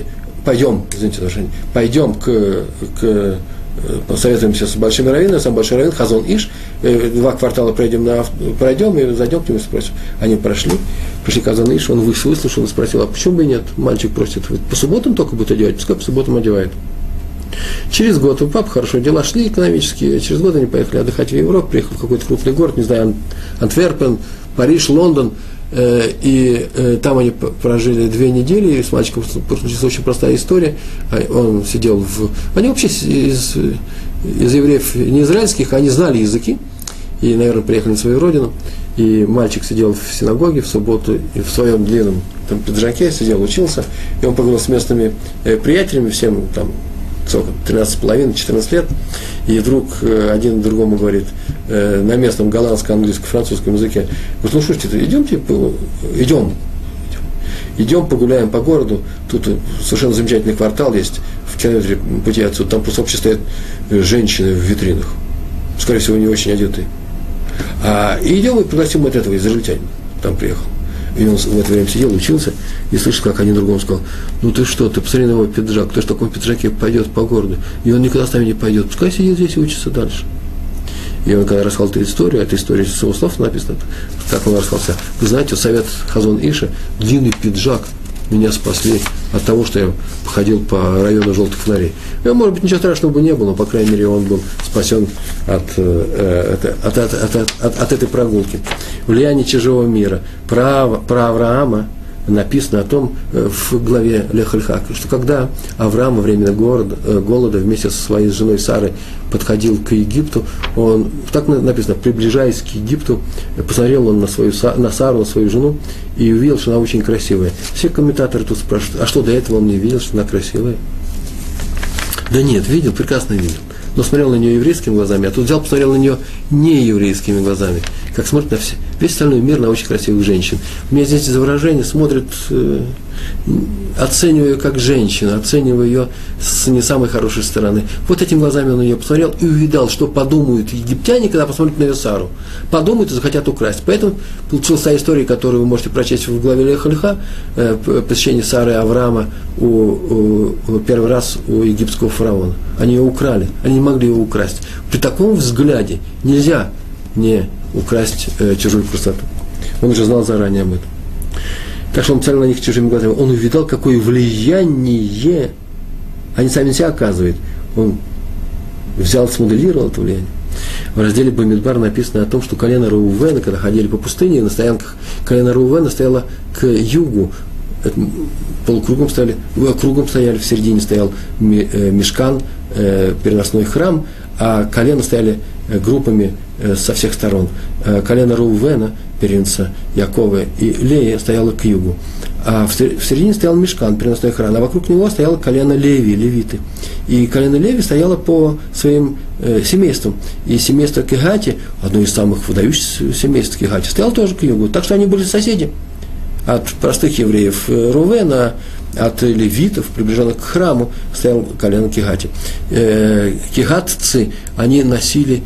пойдем посоветуемся с большими раввинами, сам большой раввин, Хазон Иш, 2 квартала пройдем и зайдем к нему и спросим. Они пришли к Хазон Иш, он выслушал и спросил, а почему бы и нет? Мальчик просит, по субботам только будет одевать, пускай по субботам одевает. Через год у папы хорошо дела шли экономические, через год они поехали отдыхать в Европу, приехал в какой-то крупный город, не знаю, Антверпен, Париж, Лондон, и там они прожили 2 недели, и с мальчиком случилась очень простая история. Он сидел Они вообще из евреев не израильских, они знали языки, и, наверное, приехали на свою родину, и мальчик сидел в синагоге в субботу, и в своем длинном пиджаке сидел, учился, и он поговорил с местными приятелями, всем там, 13,5-14 лет, и вдруг один другому говорит на местном голландском, английском, французском языке, говорит, ну слушайте, идем погуляем по городу, тут совершенно замечательный квартал есть, в километре пути отсюда, там просто вообще стоят женщины в витринах, скорее всего, не очень одетые. И идем и пригласим вот этого израильтянина, там приехал. И он в это время сидел, учился, и слышит, как один другому сказал, ну ты что, ты посмотри на его пиджак, кто ж в таком пиджаке пойдет по городу, и он никуда с нами не пойдет, пускай сидит здесь и учится дальше. И он, когда рассказал эту историю, эта история из своего слов написана, так он рассказался, вы знаете, совет Хазон Иша, длинный пиджак, меня спасли от того, что я ходил по району желтых фонарей. И, может быть, ничего страшного бы не было, но, по крайней мере, он был спасен от этой прогулки. Влияние чужого мира. Про Авраама написано о том в главе Лех-Леха, что когда Авраам во время голода вместе со своей женой Сарой подходил к Египту, он, так написано, приближаясь к Египту, посмотрел он на Сару, на свою жену, и увидел, что она очень красивая. Все комментаторы тут спрашивают, а что до этого он не видел, что она красивая? Да нет, видел, прекрасно видел. Но смотрел на нее еврейскими глазами, а тут взял, посмотрел на нее не еврейскими глазами, как смотрит на весь остальной мир, на очень красивых женщин. У меня здесь изображение смотрит, оцениваю ее как женщину, оцениваю ее с не самой хорошей стороны. Вот этими глазами он на нее посмотрел и увидал, что подумают египтяне, когда посмотрят на ее Сару. Подумают и захотят украсть. Поэтому получилась та история, которую вы можете прочесть в главе Лех-Леха, посещение Сары и Авраама первый раз у египетского фараона. Они ее украли, они не могли ее украсть. При таком взгляде нельзя не украсть чужую красоту. Он уже знал заранее об этом. Так что он смотрел на них чужими глазами. Он увидал, какое влияние они сами себя оказывают. Он взял, смоделировал это влияние. В разделе Бамидбар написано о том, что колено Реувена, когда ходили по пустыне, на стоянках колено Реувена стояло к югу. Полукругом стояли, кругом стояли, в середине стоял мишкан, переносной храм, а колено стояли группами со всех сторон. Колено Реувена, первенца Якова и Леи, стояло к югу. А в середине стоял мишкан, переносной храм, а вокруг него стояло колено Леви, левиты. И колено Леви стояло по своим семействам. И семейство Кегати, одно из самых выдающихся семейств Кегати, стояло тоже к югу. Так что они были соседи. От простых евреев Рувена, от левитов, приближенных к храму, стоял колено Кегати. Кегатцы, они носили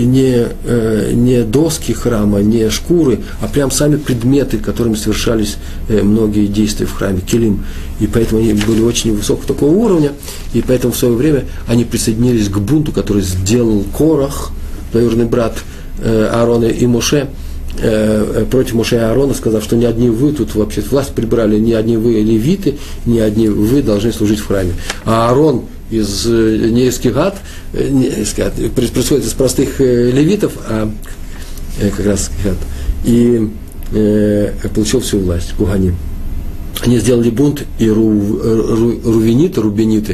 не доски храма, не шкуры, а прям сами предметы, которыми совершались многие действия в храме, келим. И поэтому они были очень высокого такого уровня, и поэтому в свое время они присоединились к бунту, который сделал Корах, двоюродный брат Аарона и Моше, против Моше и Аарона, сказав, что не одни вы тут вообще власть прибрали, не одни вы левиты, не одни вы должны служить в храме. А Аарон не из Кегат, происходит из простых левитов, а как раз Кегат, и получил всю власть, Куганим. Они сделали бунт, и рубениты,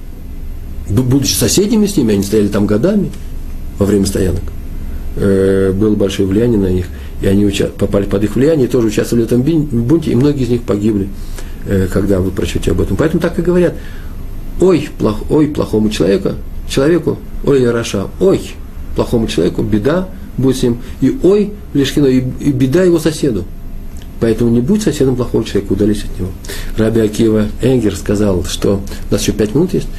будучи соседями с ними, они стояли там годами во время стоянок, было большое влияние на них, и они попали под их влияние, и тоже участвовали в этом бунте, и многие из них погибли, когда вы прочтете об этом. Поэтому так и говорят: ой, плохому человеку, ой, Яроша, ой, плохому человеку, беда будет с ним, и ой, Лешкино, и беда его соседу. Поэтому не будь соседом плохого человека, удались от него. Раби Акива Энгер сказал, что у нас еще 5 минут есть.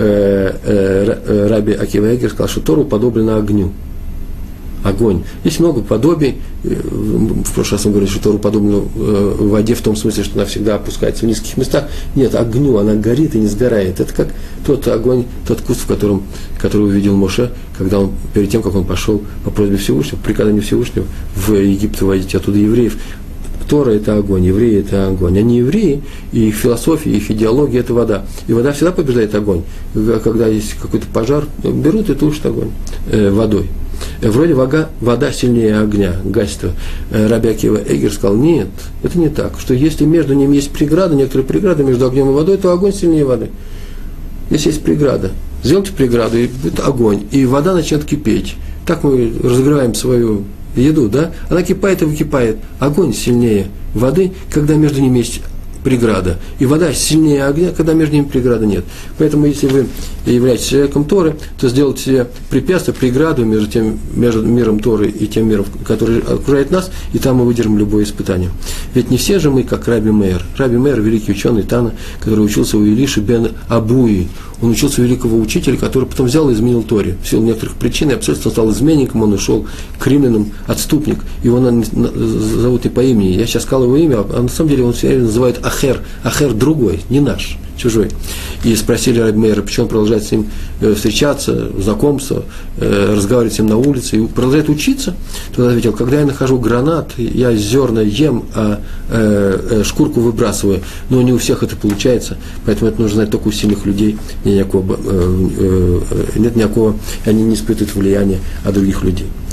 Раби Акива Энгер сказал, что Тору подоблено огню. Огонь. Есть много подобий. В прошлый раз он говорит, что Тору подобно в воде в том смысле, что она всегда опускается в низких местах. Нет, огню, она горит и не сгорает. Это как тот огонь, тот куст, который увидел Моше, когда он, перед тем, как он пошел по просьбе Всевышнего, по приказанию Всевышнего в Египет выводить оттуда евреев. Тора – это огонь, евреи – это огонь. Они евреи, и их философия, их идеология – это вода. И вода всегда побеждает огонь. Когда есть какой-то пожар, берут и тушат огонь водой. Вроде вода сильнее огня, гасит его. Раби Акива Эйгер сказал: нет, это не так, что если между ними есть преграда, некоторые преграды между огнем и водой, то огонь сильнее воды. Если есть преграда, сделайте преграду, и будет огонь, и вода начнет кипеть. Так мы разогреваем свою еду, да? Она кипает и выкипает. Огонь сильнее воды, когда между ними есть преграда. И вода сильнее огня, когда между ними преграды нет. Поэтому, если вы являетесь человеком Торы, то сделайте себе препятствие, преграду между миром Торы и тем миром, который окружает нас, и там мы выдержим любое испытание. Ведь не все же мы, как Раби Меир. Раби Меир – великий ученый Тана, который учился у Илиши бен Абуи. Он учился у великого учителя, который потом взял и изменил Торе. В силу некоторых причин и обстоятельств он стал изменником, он ушел к римлянам, отступник. Его зовут не по имени. Я сейчас сказал его имя, а на самом деле он все называет Ахер. Ахер другой, не наш, чужой. И спросили Раби Меира, почему он продолжает с ним встречаться, знакомство, разговаривать с ним на улице и продолжает учиться. Тот ответил: когда я нахожу гранат, я зерна ем, а шкурку выбрасываю. Но не у всех это получается, поэтому это нужно знать только у сильных людей. Нет никакого, они не испытывают влияния от других людей.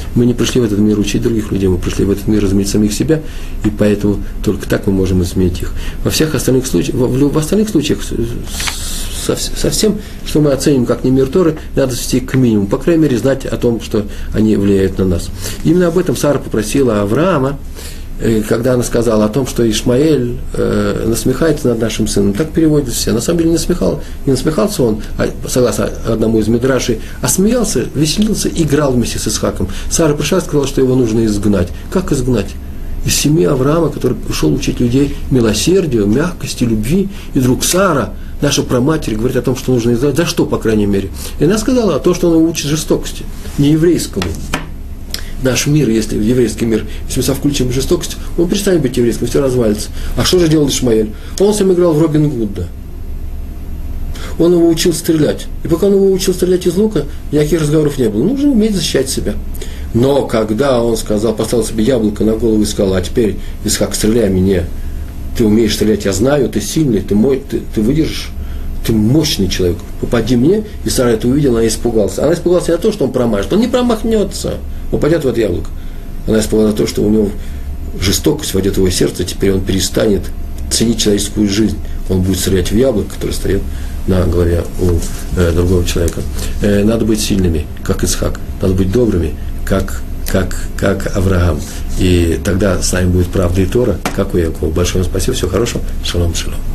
Мы не пришли в этот мир учить других людей, мы пришли в этот мир изменить самих себя, и поэтому только так мы можем изменить их. Во всех остальных случаях, в остальных случаях, со всем, что мы оценим как не мир Торы, надо свести к минимуму, по крайней мере, знать о том, что они влияют на нас. Именно об этом Сара попросила Авраама, когда она сказала о том, что Ишмаэль насмехается над нашим сыном. Так переводят все. На самом деле не насмехался он, согласно одному из мидрашей, а смеялся, веселился, играл вместе с Исхаком. Сара пришла и сказала, что его нужно изгнать. Как изгнать? Из семьи Авраама, который ушел учить людей милосердию, мягкости, любви, и вдруг Сара, наша праматерь, говорит о том, что нужно изгнать. За что, по крайней мере? И она сказала о том, что он учит жестокости, не еврейскому. Наш мир, если еврейский мир, если мы сюда включим жестокость, он перестанет быть еврейским, все развалится. А что же делал Ишмаэль? Он сам играл в Робин Гуда. Он его учил стрелять. И пока он его учил стрелять из лука, никаких разговоров не было. Нужно уметь защищать себя. Но когда он сказал, поставил себе яблоко на голову и сказал, а теперь, Исхак, стреляй мне. Ты умеешь стрелять, я знаю, ты сильный, ты выдержишь. Ты мощный человек, попади мне. И Сара это увидела, она испугалась. Она испугалась не на то, что он промажет. Он не промахнется. Он пойдет в это яблоко. Она испугалась на то, что у него жестокость войдет в его сердце, теперь он перестанет ценить человеческую жизнь. Он будет стрелять в яблоко, которое стоит на голове у другого человека. Надо быть сильными, как Исхак. Надо быть добрыми, как Авраам. И тогда с нами будет правда и Тора, как у Якова. Большое вам спасибо, всего хорошего. Шалом, шалом.